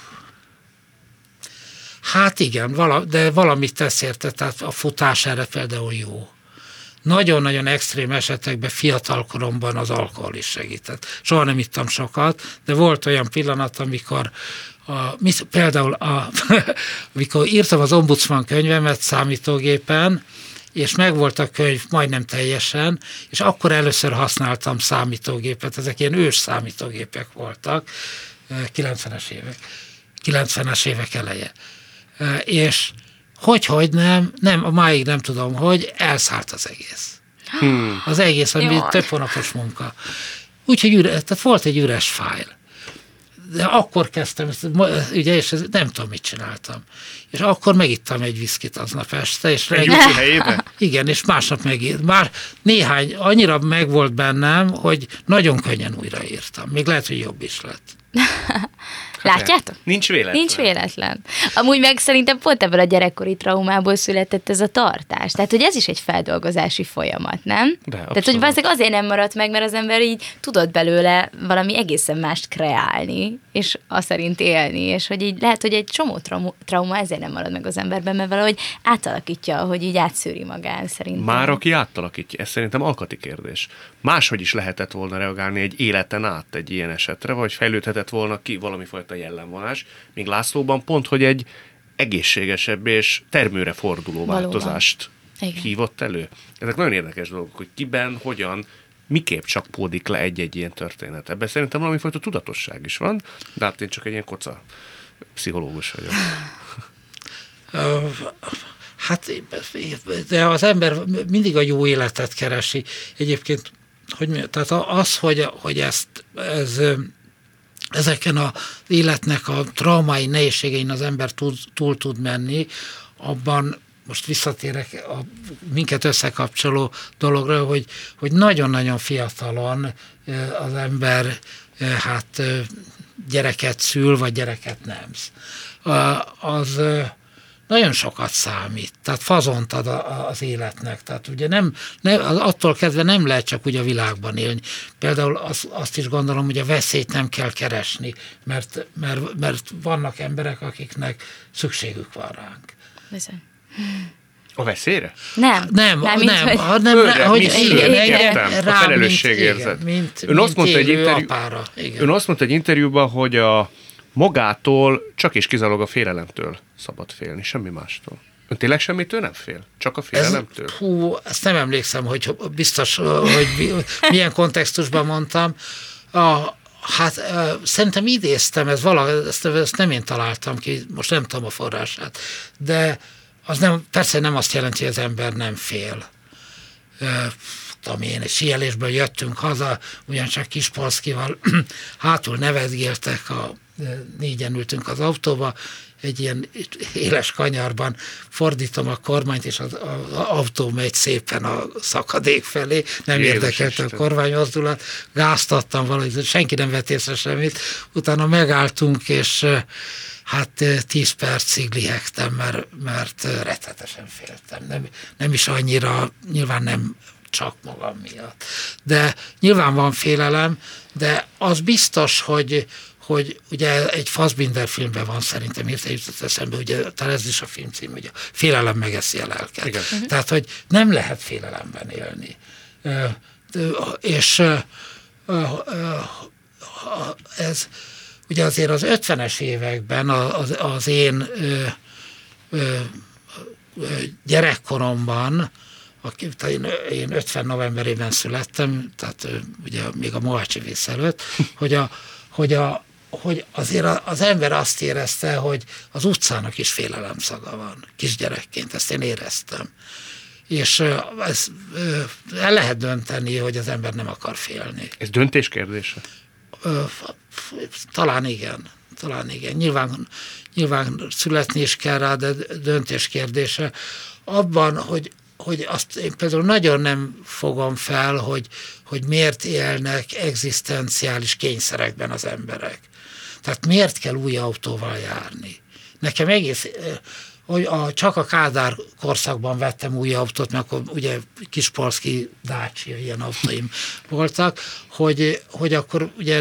[SPEAKER 2] hát igen, vala, de valamit tesz érte, tehát a futás erre például jó. Nagyon-nagyon extrém esetekben fiatalkoromban az alkohol is segített. Soha nem ittam sokat, de volt olyan pillanat, amikor a, például a, amikor írtam az ombudsman könyvemet számítógépen, és megvolt a könyv majdnem teljesen, és akkor először használtam számítógépet, ezek ilyen ős számítógépek voltak, kilencvenes évek, kilencvenes évek eleje. És hogy-hogy nem, nem, a máig nem tudom, hogy elszállt az egész. Hmm. Az egész, ami Jaj. több hónapos munka. Úgyhogy üres, tehát volt egy üres fájl. De akkor kezdtem, ugye, és nem tudom, mit csináltam. És akkor megittam egy viszkit aznap este. És
[SPEAKER 1] egy úti helyébe?
[SPEAKER 2] Igen, és másnap megírt. Már néhány, annyira megvolt bennem, hogy nagyon könnyen újraírtam. Még lehet, hogy jobb is lett.
[SPEAKER 3] Látjátok?
[SPEAKER 1] Nincs véletlen.
[SPEAKER 3] Nincs véletlen. Amúgy meg szerintem pont ebből a gyerekkori traumából született ez a tartás. Tehát, hogy ez is egy feldolgozási folyamat, nem?
[SPEAKER 1] De,
[SPEAKER 3] Tehát, hogy valószínűleg azért nem maradt meg, mert az ember így tudott belőle valami egészen mást kreálni, és azt szerint élni, és hogy így lehet, hogy egy csomó trauma, trauma ezért nem marad meg az emberben, mert valahogy átalakítja, hogy így átszűri magán szerintem.
[SPEAKER 1] Már aki átalakítja, ez szerintem alkati kérdés. Máshogy is lehetett volna reagálni egy életen át egy ilyen esetre, vagy fejlődhetett volna ki valami fajta jellemvonás, míg Lászlóban pont, hogy egy egészségesebb és termőre forduló
[SPEAKER 3] Valóban.
[SPEAKER 1] változást
[SPEAKER 3] Igen.
[SPEAKER 1] hívott elő. Ezek nagyon érdekes dolgok, hogy kiben, hogyan, miképp csapódik le egy-egy ilyen történet. Ebben szerintem valamifajta tudatosság is van, de hát én csak egy ilyen koca pszichológus vagyok.
[SPEAKER 2] Hát, de az ember mindig a jó életet keresi. Egyébként, hogy, tehát az, hogy, hogy ezt, ez, ezeken az életnek a traumai nehézségein az ember túl, túl tud menni, abban most visszatérek a minket összekapcsoló dologra, hogy, hogy nagyon-nagyon fiatalon az ember hát gyereket szül, vagy gyereket nemz. Az nagyon sokat számít, tehát fazont ad az életnek. Tehát ugye nem, nem, attól kezdve nem lehet csak úgy a világban élni. Például az, azt is gondolom, hogy a veszélyt nem kell keresni, mert, mert, mert vannak emberek, akiknek szükségük van ránk.
[SPEAKER 3] Bizony.
[SPEAKER 1] A veszélyre?
[SPEAKER 3] Nem.
[SPEAKER 2] Nem,
[SPEAKER 3] nem,
[SPEAKER 2] nem,
[SPEAKER 3] hogy...
[SPEAKER 2] nem, nem
[SPEAKER 1] Őre,
[SPEAKER 2] hogy
[SPEAKER 1] mint
[SPEAKER 2] igen,
[SPEAKER 1] szülő,
[SPEAKER 2] igen,
[SPEAKER 1] értem, a
[SPEAKER 2] rám,
[SPEAKER 1] felelősségérzet.
[SPEAKER 2] Mint, mint,
[SPEAKER 1] ön, azt
[SPEAKER 2] mint
[SPEAKER 1] mondta egy interjú,
[SPEAKER 2] apára, igen.
[SPEAKER 1] ön azt mondta egy interjúban, hogy a magától csak és kizárólag a félelemtől szabad félni, semmi mástól. Ön tényleg semmitől nem fél? Csak a félelemtől?
[SPEAKER 2] Ez, hú, ezt nem emlékszem, hogy biztos, hogy milyen kontextusban mondtam. A, hát szerintem idéztem, ez vala, ezt, ezt nem én találtam ki, most nem tudom a forrását, de az nem, persze nem azt jelenti, hogy az ember nem fél. Tudom én, egy síelésből jöttünk haza, ugyancsak Kispolszkival hátul nevetgéltek, a, négyen ültünk az autóba, egy ilyen éles kanyarban fordítom a kormányt, és az, az autó megy szépen a szakadék felé, nem
[SPEAKER 1] Jézus
[SPEAKER 2] érdekelte
[SPEAKER 1] Isten.
[SPEAKER 2] a kormánymozdulat, gáztattam valahogy, senki nem vett észre semmit, utána megálltunk, és hát tíz percig lihegtem, mert, mert rettetesen féltem. Nem, nem is annyira, nyilván nem csak magam miatt. De nyilván van félelem, de az biztos, hogy, hogy ugye egy Fassbinder filmben van szerintem, hirtelen jutott eszembe, ugye talán ez is a film cím, hogy a félelem megeszi a lelket.
[SPEAKER 1] Igen.
[SPEAKER 2] Uh-huh. Tehát, hogy nem lehet félelemben élni. És ez ugye azért az ötvenes években az, az én ö, ö, gyerekkoromban, én, én ötven novemberében születtem, tehát ugye még a Mohácsi vész előtt, hogy, a, hogy, a, hogy azért az ember azt érezte, hogy az utcának is félelemszaga van, kisgyerekként, ezt én éreztem. És ez, el lehet dönteni, hogy az ember nem akar félni.
[SPEAKER 1] Ez döntés kérdése?
[SPEAKER 2] Talán igen. Talán igen. Nyilván, nyilván születni is kell rá, de döntés kérdése. Abban, hogy, hogy azt én például nagyon nem fogom fel, hogy, hogy miért élnek egzisztenciális kényszerekben az emberek. Tehát miért kell új autóval járni? Nekem egész... hogy a, csak a Kádár korszakban vettem új autót, mert akkor ugye Kispolszki, Dacia, ilyen autóim voltak, hogy, hogy akkor ugye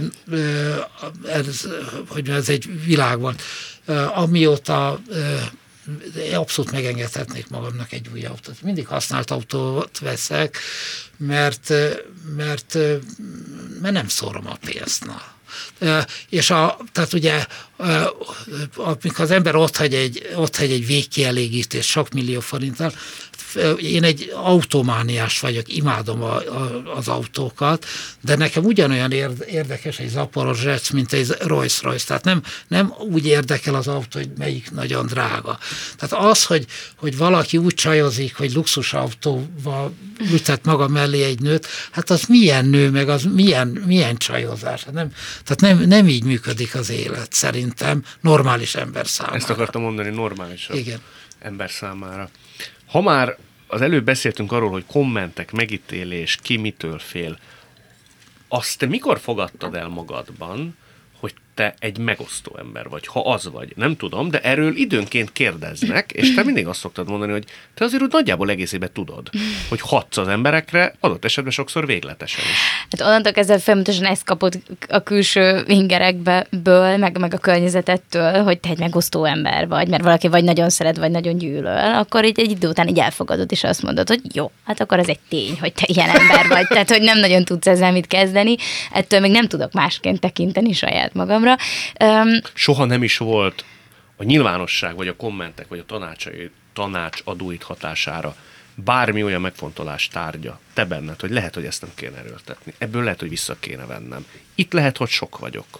[SPEAKER 2] ez, hogy ez egy világ volt. Amióta abszolút megengedhetnék magamnak egy új autót. Mindig használt autót veszek, mert, mert, mert nem szórom a pénzt. Na. És a, tehát ugye, amikor az ember otthagy egy, otthagy egy végkielégítést sok millió forinttal, én egy automániás vagyok, imádom a, a, az autókat, de nekem ugyanolyan érdekes egy Zaporozsec, mint egy Rolls-Royce. Tehát nem, nem úgy érdekel az autó, hogy melyik nagyon drága. Tehát az, hogy, hogy valaki úgy csajozik, hogy luxusautóval ültet maga mellé egy nőt, hát az milyen nő, meg az milyen, milyen csajozás. Hát nem, tehát nem, nem így működik az élet, szerintem, normális ember számára.
[SPEAKER 1] Ezt akartam mondani, normálisabb
[SPEAKER 2] Igen.
[SPEAKER 1] ember számára. Ha már az előbb beszéltünk arról, hogy kommentek, megítélés, ki mitől fél, azt te mikor fogadtad el magadban, hogy te egy megosztó ember vagy, ha az vagy? Nem tudom, de erről időnként kérdeznek, és te mindig azt szoktad mondani, hogy te azért úgy nagyjából egészében tudod, hogy hatsz az emberekre, adott esetben sokszor végletesen is.
[SPEAKER 3] Hát onnantól kezdve folyamatosan ezt kapod a külső ingerekből, meg, meg a környezetettől, hogy te egy megosztó ember vagy, mert valaki vagy nagyon szeret, vagy nagyon gyűlöl, akkor így egy idő után így elfogadod, és azt mondod, hogy jó, hát akkor ez egy tény, hogy te ilyen ember vagy, tehát hogy nem nagyon tudsz ezzel mit kezdeni, ettől még nem tudok másként tekinteni saját magamra. Um,
[SPEAKER 1] Soha nem is volt a nyilvánosság, vagy a kommentek, vagy a tanácsai, tanácsadóid hatására bármi olyan megfontolás tárgya, te benned, hogy lehet, hogy ezt nem kéne erőltetni. Ebből lehet, hogy vissza kéne vennem. Itt lehet, hogy sok vagyok.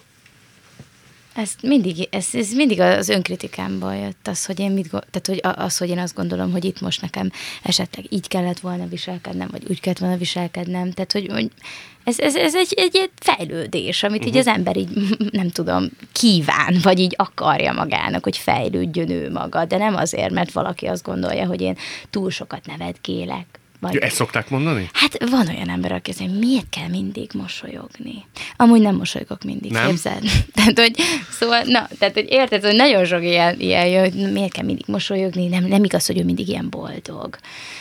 [SPEAKER 3] Ez mindig, ez, ez mindig az önkritikánból jött, az, hogy én mit, tehát hogy az, hogy én azt gondolom, hogy itt most nekem esetleg így kellett volna viselkednem, vagy úgy kellett volna viselkednem, tehát hogy, hogy ez, ez, ez egy, egy, egy fejlődés, amit uh-huh. így az ember így, nem tudom, kíván, vagy így akarja magának, hogy fejlődjön ő maga, de nem azért, mert valaki azt gondolja, hogy én túl sokat nevetgélek. Vagy...
[SPEAKER 1] Ja, ezt szokták mondani?
[SPEAKER 3] Hát van olyan ember, aki azt mondja, hogy miért kell mindig mosolyogni? Amúgy nem mosolygok mindig,
[SPEAKER 1] nem?
[SPEAKER 3] Képzeld. Tehát, hogy, szóval, na, tehát, hogy érted, hogy nagyon sok ilyen, ilyen jön, hogy miért kell mindig mosolyogni, nem, nem igaz, hogy ő mindig ilyen boldog,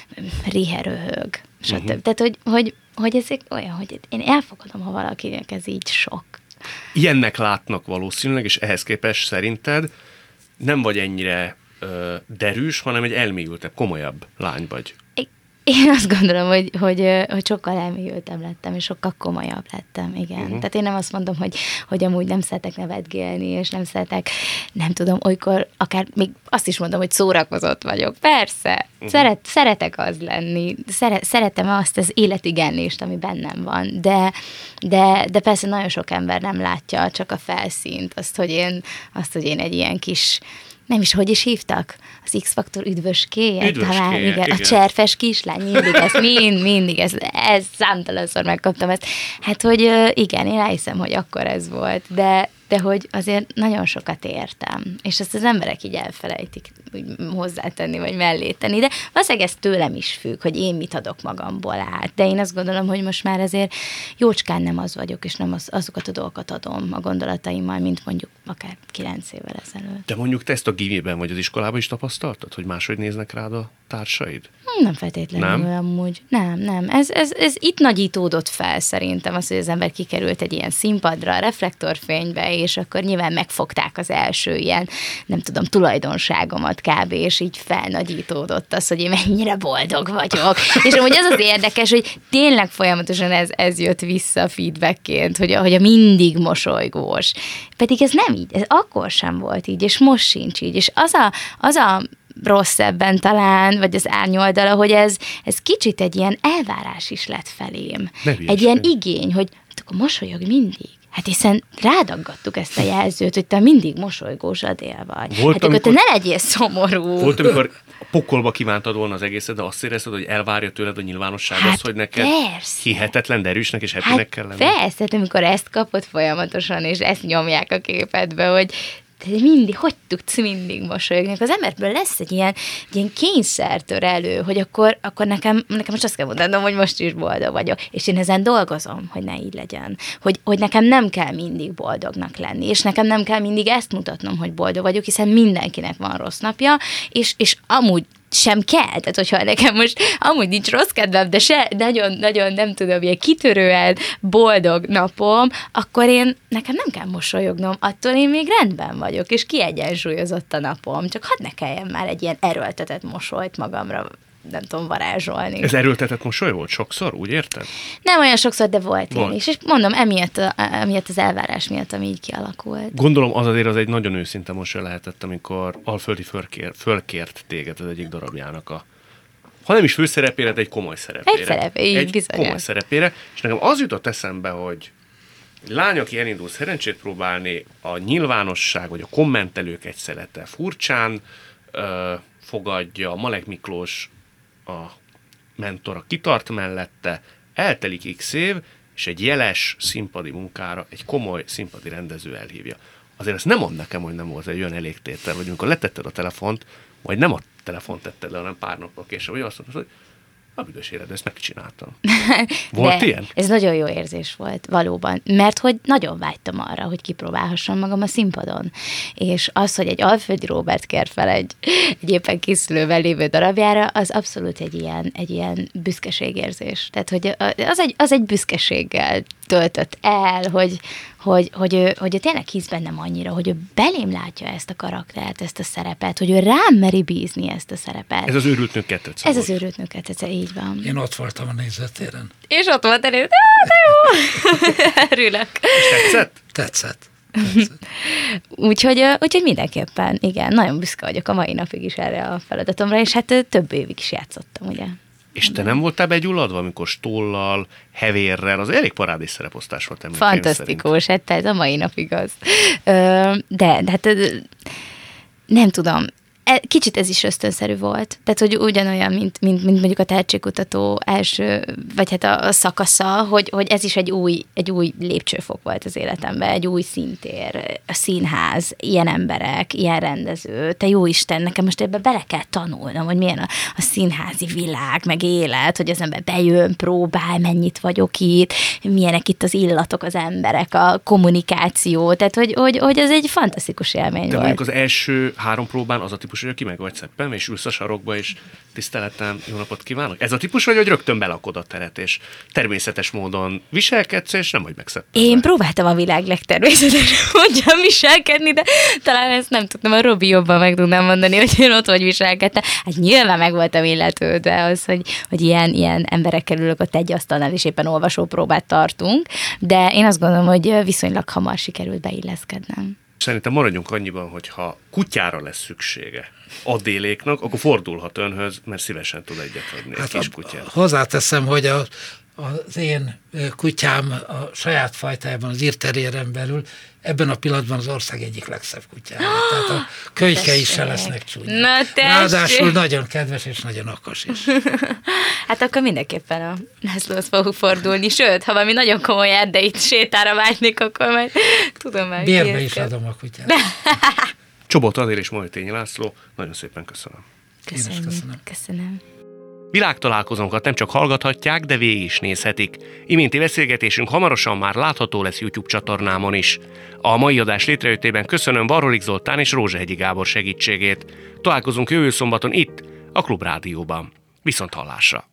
[SPEAKER 3] riheröhög, stb. Uh-huh. Tehát, hogy, hogy, hogy ez olyan, hogy én elfogadom, ha valakinek ez így sok.
[SPEAKER 1] Ilyennek látnak valószínűleg, és ehhez képest szerinted nem vagy ennyire ö, derűs, hanem egy elmélyültebb, komolyabb lány vagy.
[SPEAKER 3] Én azt gondolom, hogy, hogy, hogy sokkal elmélyültem lettem, és sokkal komolyabb lettem, igen. Uh-huh. Tehát én nem azt mondom, hogy, hogy amúgy nem szeretek nevetgélni, és nem szeretek, nem tudom, olykor akár még azt is mondom, hogy szórakozott vagyok. Persze, uh-huh. Szeret, szeretek az lenni, szere, szeretem azt az életigenlést, ami bennem van, de, de, de persze nagyon sok ember nem látja csak a felszínt, azt, hogy én, azt, hogy én egy ilyen kis... Nem is, hogy is hívtak? Az X-faktor üdvöskéje?
[SPEAKER 1] Üdvöskéje,
[SPEAKER 3] talán, igen.
[SPEAKER 1] igen.
[SPEAKER 3] A cserfes kislány, mindig ezt, mind, mindig ezt, ez számtalanszor megkaptam ezt. Hát, hogy igen, én elhiszem, hogy akkor ez volt, de, de hogy azért nagyon sokat értem, és ezt az emberek így elfelejtik úgy hozzátenni, vagy mellé tenni, de valószínűleg ez tőlem is függ, hogy én mit adok magamból át, de én azt gondolom, hogy most már azért jócskán nem az vagyok, és nem az, azokat a dolgokat adom a gondolataimmal, mint mondjuk akár kilenc évvel ezelőtt.
[SPEAKER 1] De mondjuk te ezt a gimiben vagy az iskolában is tapasztaltad, hogy máshogy néznek rád a társaid?
[SPEAKER 3] Nem feltétlenül nem? amúgy. Nem, nem. Ez, ez, ez itt nagyítódott fel szerintem az, hogy az ember kikerült egy ilyen színpadra, a reflektorfénybe, és akkor nyilván megfogták az első ilyen, nem tudom, tulajdonságomat kb. És így felnagyítódott az, hogy én mennyire boldog vagyok. És amúgy az az érdekes, hogy tényleg folyamatosan ez, ez jött vissza feedbackként, hogy, hogy a mindig mosolygós. Pedig ez nem így, ez akkor sem volt így, és most sincs így. És az a, az a rossz ebben talán, vagy az árnyoldala, hogy ez, ez kicsit egy ilyen elvárás is lett felém. Egy ilyen igény, hogy akkor mosolyog mindig. Hát hiszen rádaggattuk ezt a jelzőt, hogy te mindig mosolygós Adél vagy. Volt, hát amikor te ne legyél szomorú.
[SPEAKER 1] Volt, amikor a pokolba kívántad volna az egészet, de azt érezted, hogy elvárja tőled a nyilvánosság hát azt, hogy neked persze. hihetetlen derűsnek és happynek hát kell lenni.
[SPEAKER 3] Persze, hát amikor ezt kapod folyamatosan, és ezt nyomják a képedbe, hogy de mindig, hogy tudsz mindig mosolyogni? Az emberből lesz egy ilyen, egy ilyen kényszertörelő, hogy akkor, akkor nekem, nekem most azt kell mondanom, hogy most is boldog vagyok. És én ezen dolgozom, hogy ne így legyen. Hogy, hogy nekem nem kell mindig boldognak lenni, és nekem nem kell mindig ezt mutatnom, hogy boldog vagyok, hiszen mindenkinek van rossz napja, és, és amúgy sem kell, tehát hogyha nekem most amúgy nincs rossz kedvem, de se nagyon-nagyon nem tudom, ilyen kitörően boldog napom, akkor én, nekem nem kell mosolyognom, attól én még rendben vagyok, és kiegyensúlyozott a napom, csak hadd ne kelljen már egy ilyen erőltetett mosolyt magamra, nem tudom, varázsolni.
[SPEAKER 1] Ez erőltetett mosoly volt sokszor, úgy érted?
[SPEAKER 3] Nem olyan sokszor, de volt,
[SPEAKER 1] volt.
[SPEAKER 3] én is. És mondom, emiatt, a, emiatt az elvárás miatt, ami így kialakult.
[SPEAKER 1] Gondolom az azért az egy nagyon őszinte mosoly lehetett, amikor Alföldi fölkér, fölkért téged az egyik darabjának a, ha nem is főszerepére, de egy komoly szerepére.
[SPEAKER 3] Egy szerep, így
[SPEAKER 1] egy
[SPEAKER 3] bizonyos.
[SPEAKER 1] komoly szerepére, és nekem az jutott eszembe, hogy egy lány, aki elindul szerencsét próbálni, a nyilvánosság, vagy a kommentelők egy szelete furcsán ö, fogadja, Malek Miklós a mentora kitart mellette, eltelik x év, és egy jeles színpadi munkára egy komoly színpadi rendező elhívja. Azért ezt nem mond nekem, hogy nem volt egy olyan elégtétel, vagy amikor letetted a telefont, vagy nem a telefont tetted le, hanem pár nappal később, vagy azt mondtad, hogy a büdös élet, ezt megcsináltam. Volt
[SPEAKER 3] de
[SPEAKER 1] ilyen?
[SPEAKER 3] Ez nagyon jó érzés volt, valóban. Mert hogy nagyon vágytam arra, hogy kipróbálhassam magam a színpadon. És az, hogy egy Alföldi Róbert kér fel egy, egy éppen készülőben lévő darabjára, az abszolút egy ilyen, egy ilyen büszkeségérzés. Tehát, hogy az egy, az egy büszkeséggel töltött el, hogy, hogy, hogy, ő, hogy ő tényleg hisz bennem annyira, hogy ő belém látja ezt a karaktert, ezt a szerepet, hogy ő rám meri bízni ezt a szerepet.
[SPEAKER 1] Ez az őrült nők kettőt
[SPEAKER 3] Ez az őrült nők kettőt, így van.
[SPEAKER 2] Én ott voltam a nézőtéren.
[SPEAKER 3] És ott volt előtt, de jó, örülök.
[SPEAKER 1] És tetszett?
[SPEAKER 2] Tetszett.
[SPEAKER 3] úgyhogy, úgyhogy mindenképpen, igen, nagyon büszke vagyok a mai napig is erre a feladatomra, és hát több évig is játszottam, ugye.
[SPEAKER 1] És te nem voltál begyulladva, amikor Stollal, Hevérrel, az elég parádés szereposztás volt emlékeim
[SPEAKER 3] fantasztikus, hát ez a mai napig az. De, de hát nem tudom, kicsit ez is ösztönszerű volt. Tehát, hogy ugyanolyan, mint, mint, mint mondjuk a tehetségkutató első, vagy hát a, a szakasza, hogy, hogy ez is egy új, egy új lépcsőfok volt az életemben, egy új szintér, a színház, ilyen emberek, ilyen rendező. Te jó Isten, nekem most ebbe bele kell tanulnom, hogy milyen a, a színházi világ, meg élet, hogy az ember bejön, próbál, mennyit vagyok itt, milyenek itt az illatok, az emberek, a kommunikáció, tehát, hogy, hogy, hogy ez egy fantasztikus élmény
[SPEAKER 1] De
[SPEAKER 3] volt.
[SPEAKER 1] mondjuk az első három próbán az a típus, hogy aki meg vagy szeppen, és ülsz a sarokba, és tiszteletem, jó napot kívánok. Ez a típus vagy, hogy rögtön belakod a teret, és természetes módon viselkedsz, és nem vagy megszeppenve.
[SPEAKER 3] Én próbáltam a világ legtermészetesebb módján viselkedni, de talán ezt nem tudtam, a Robi jobban meg tudnám mondani, hogy én ott vagy viselkedtem. Hát nyilván meg voltam illetődve az, hogy, hogy ilyen, ilyen emberekkel ülök ott egy asztalnál, és éppen olvasópróbát tartunk, de én azt gondolom, hogy viszonylag hamar sikerült beilleszkednem.
[SPEAKER 1] Szerintem maradjunk annyiban, hogy ha kutyára lesz szüksége Adéléknak, akkor fordulhat önhöz, mert szívesen tud egyet adni
[SPEAKER 2] Hát
[SPEAKER 1] egy kis
[SPEAKER 2] a,
[SPEAKER 1] kutyát.
[SPEAKER 2] hozzáteszem, hogy a, az én kutyám a saját fajtájában, az írterjéren belül ebben a pillanatban az ország egyik legszebb kutyája. Tehát a kölykei se lesznek csúnyák.
[SPEAKER 3] Na tessék!
[SPEAKER 2] Ráadásul nagyon kedves és nagyon okos is.
[SPEAKER 3] Hát akkor mindenképpen a Lászlóhoz fogok fordulni, sőt, ha valami nagyon komoly erdei sétára vágynék, akkor majd tudom már.
[SPEAKER 2] Bérbe is adom a kutyát.
[SPEAKER 1] Csobot Adél és Majtényi László, nagyon szépen köszönöm.
[SPEAKER 3] Köszönöm.
[SPEAKER 2] köszönöm.
[SPEAKER 3] Köszönöm.
[SPEAKER 1] Világtalálkozónkat nem csak hallgathatják, de végig is nézhetik. Iménti beszélgetésünk hamarosan már látható lesz YouTube csatornámon is. A mai adás létrejöttében köszönöm Varrolik Zoltán és Rózsahegyi Gábor segítségét. Találkozunk jövő szombaton itt, a Klubrádióban. Viszont hallásra!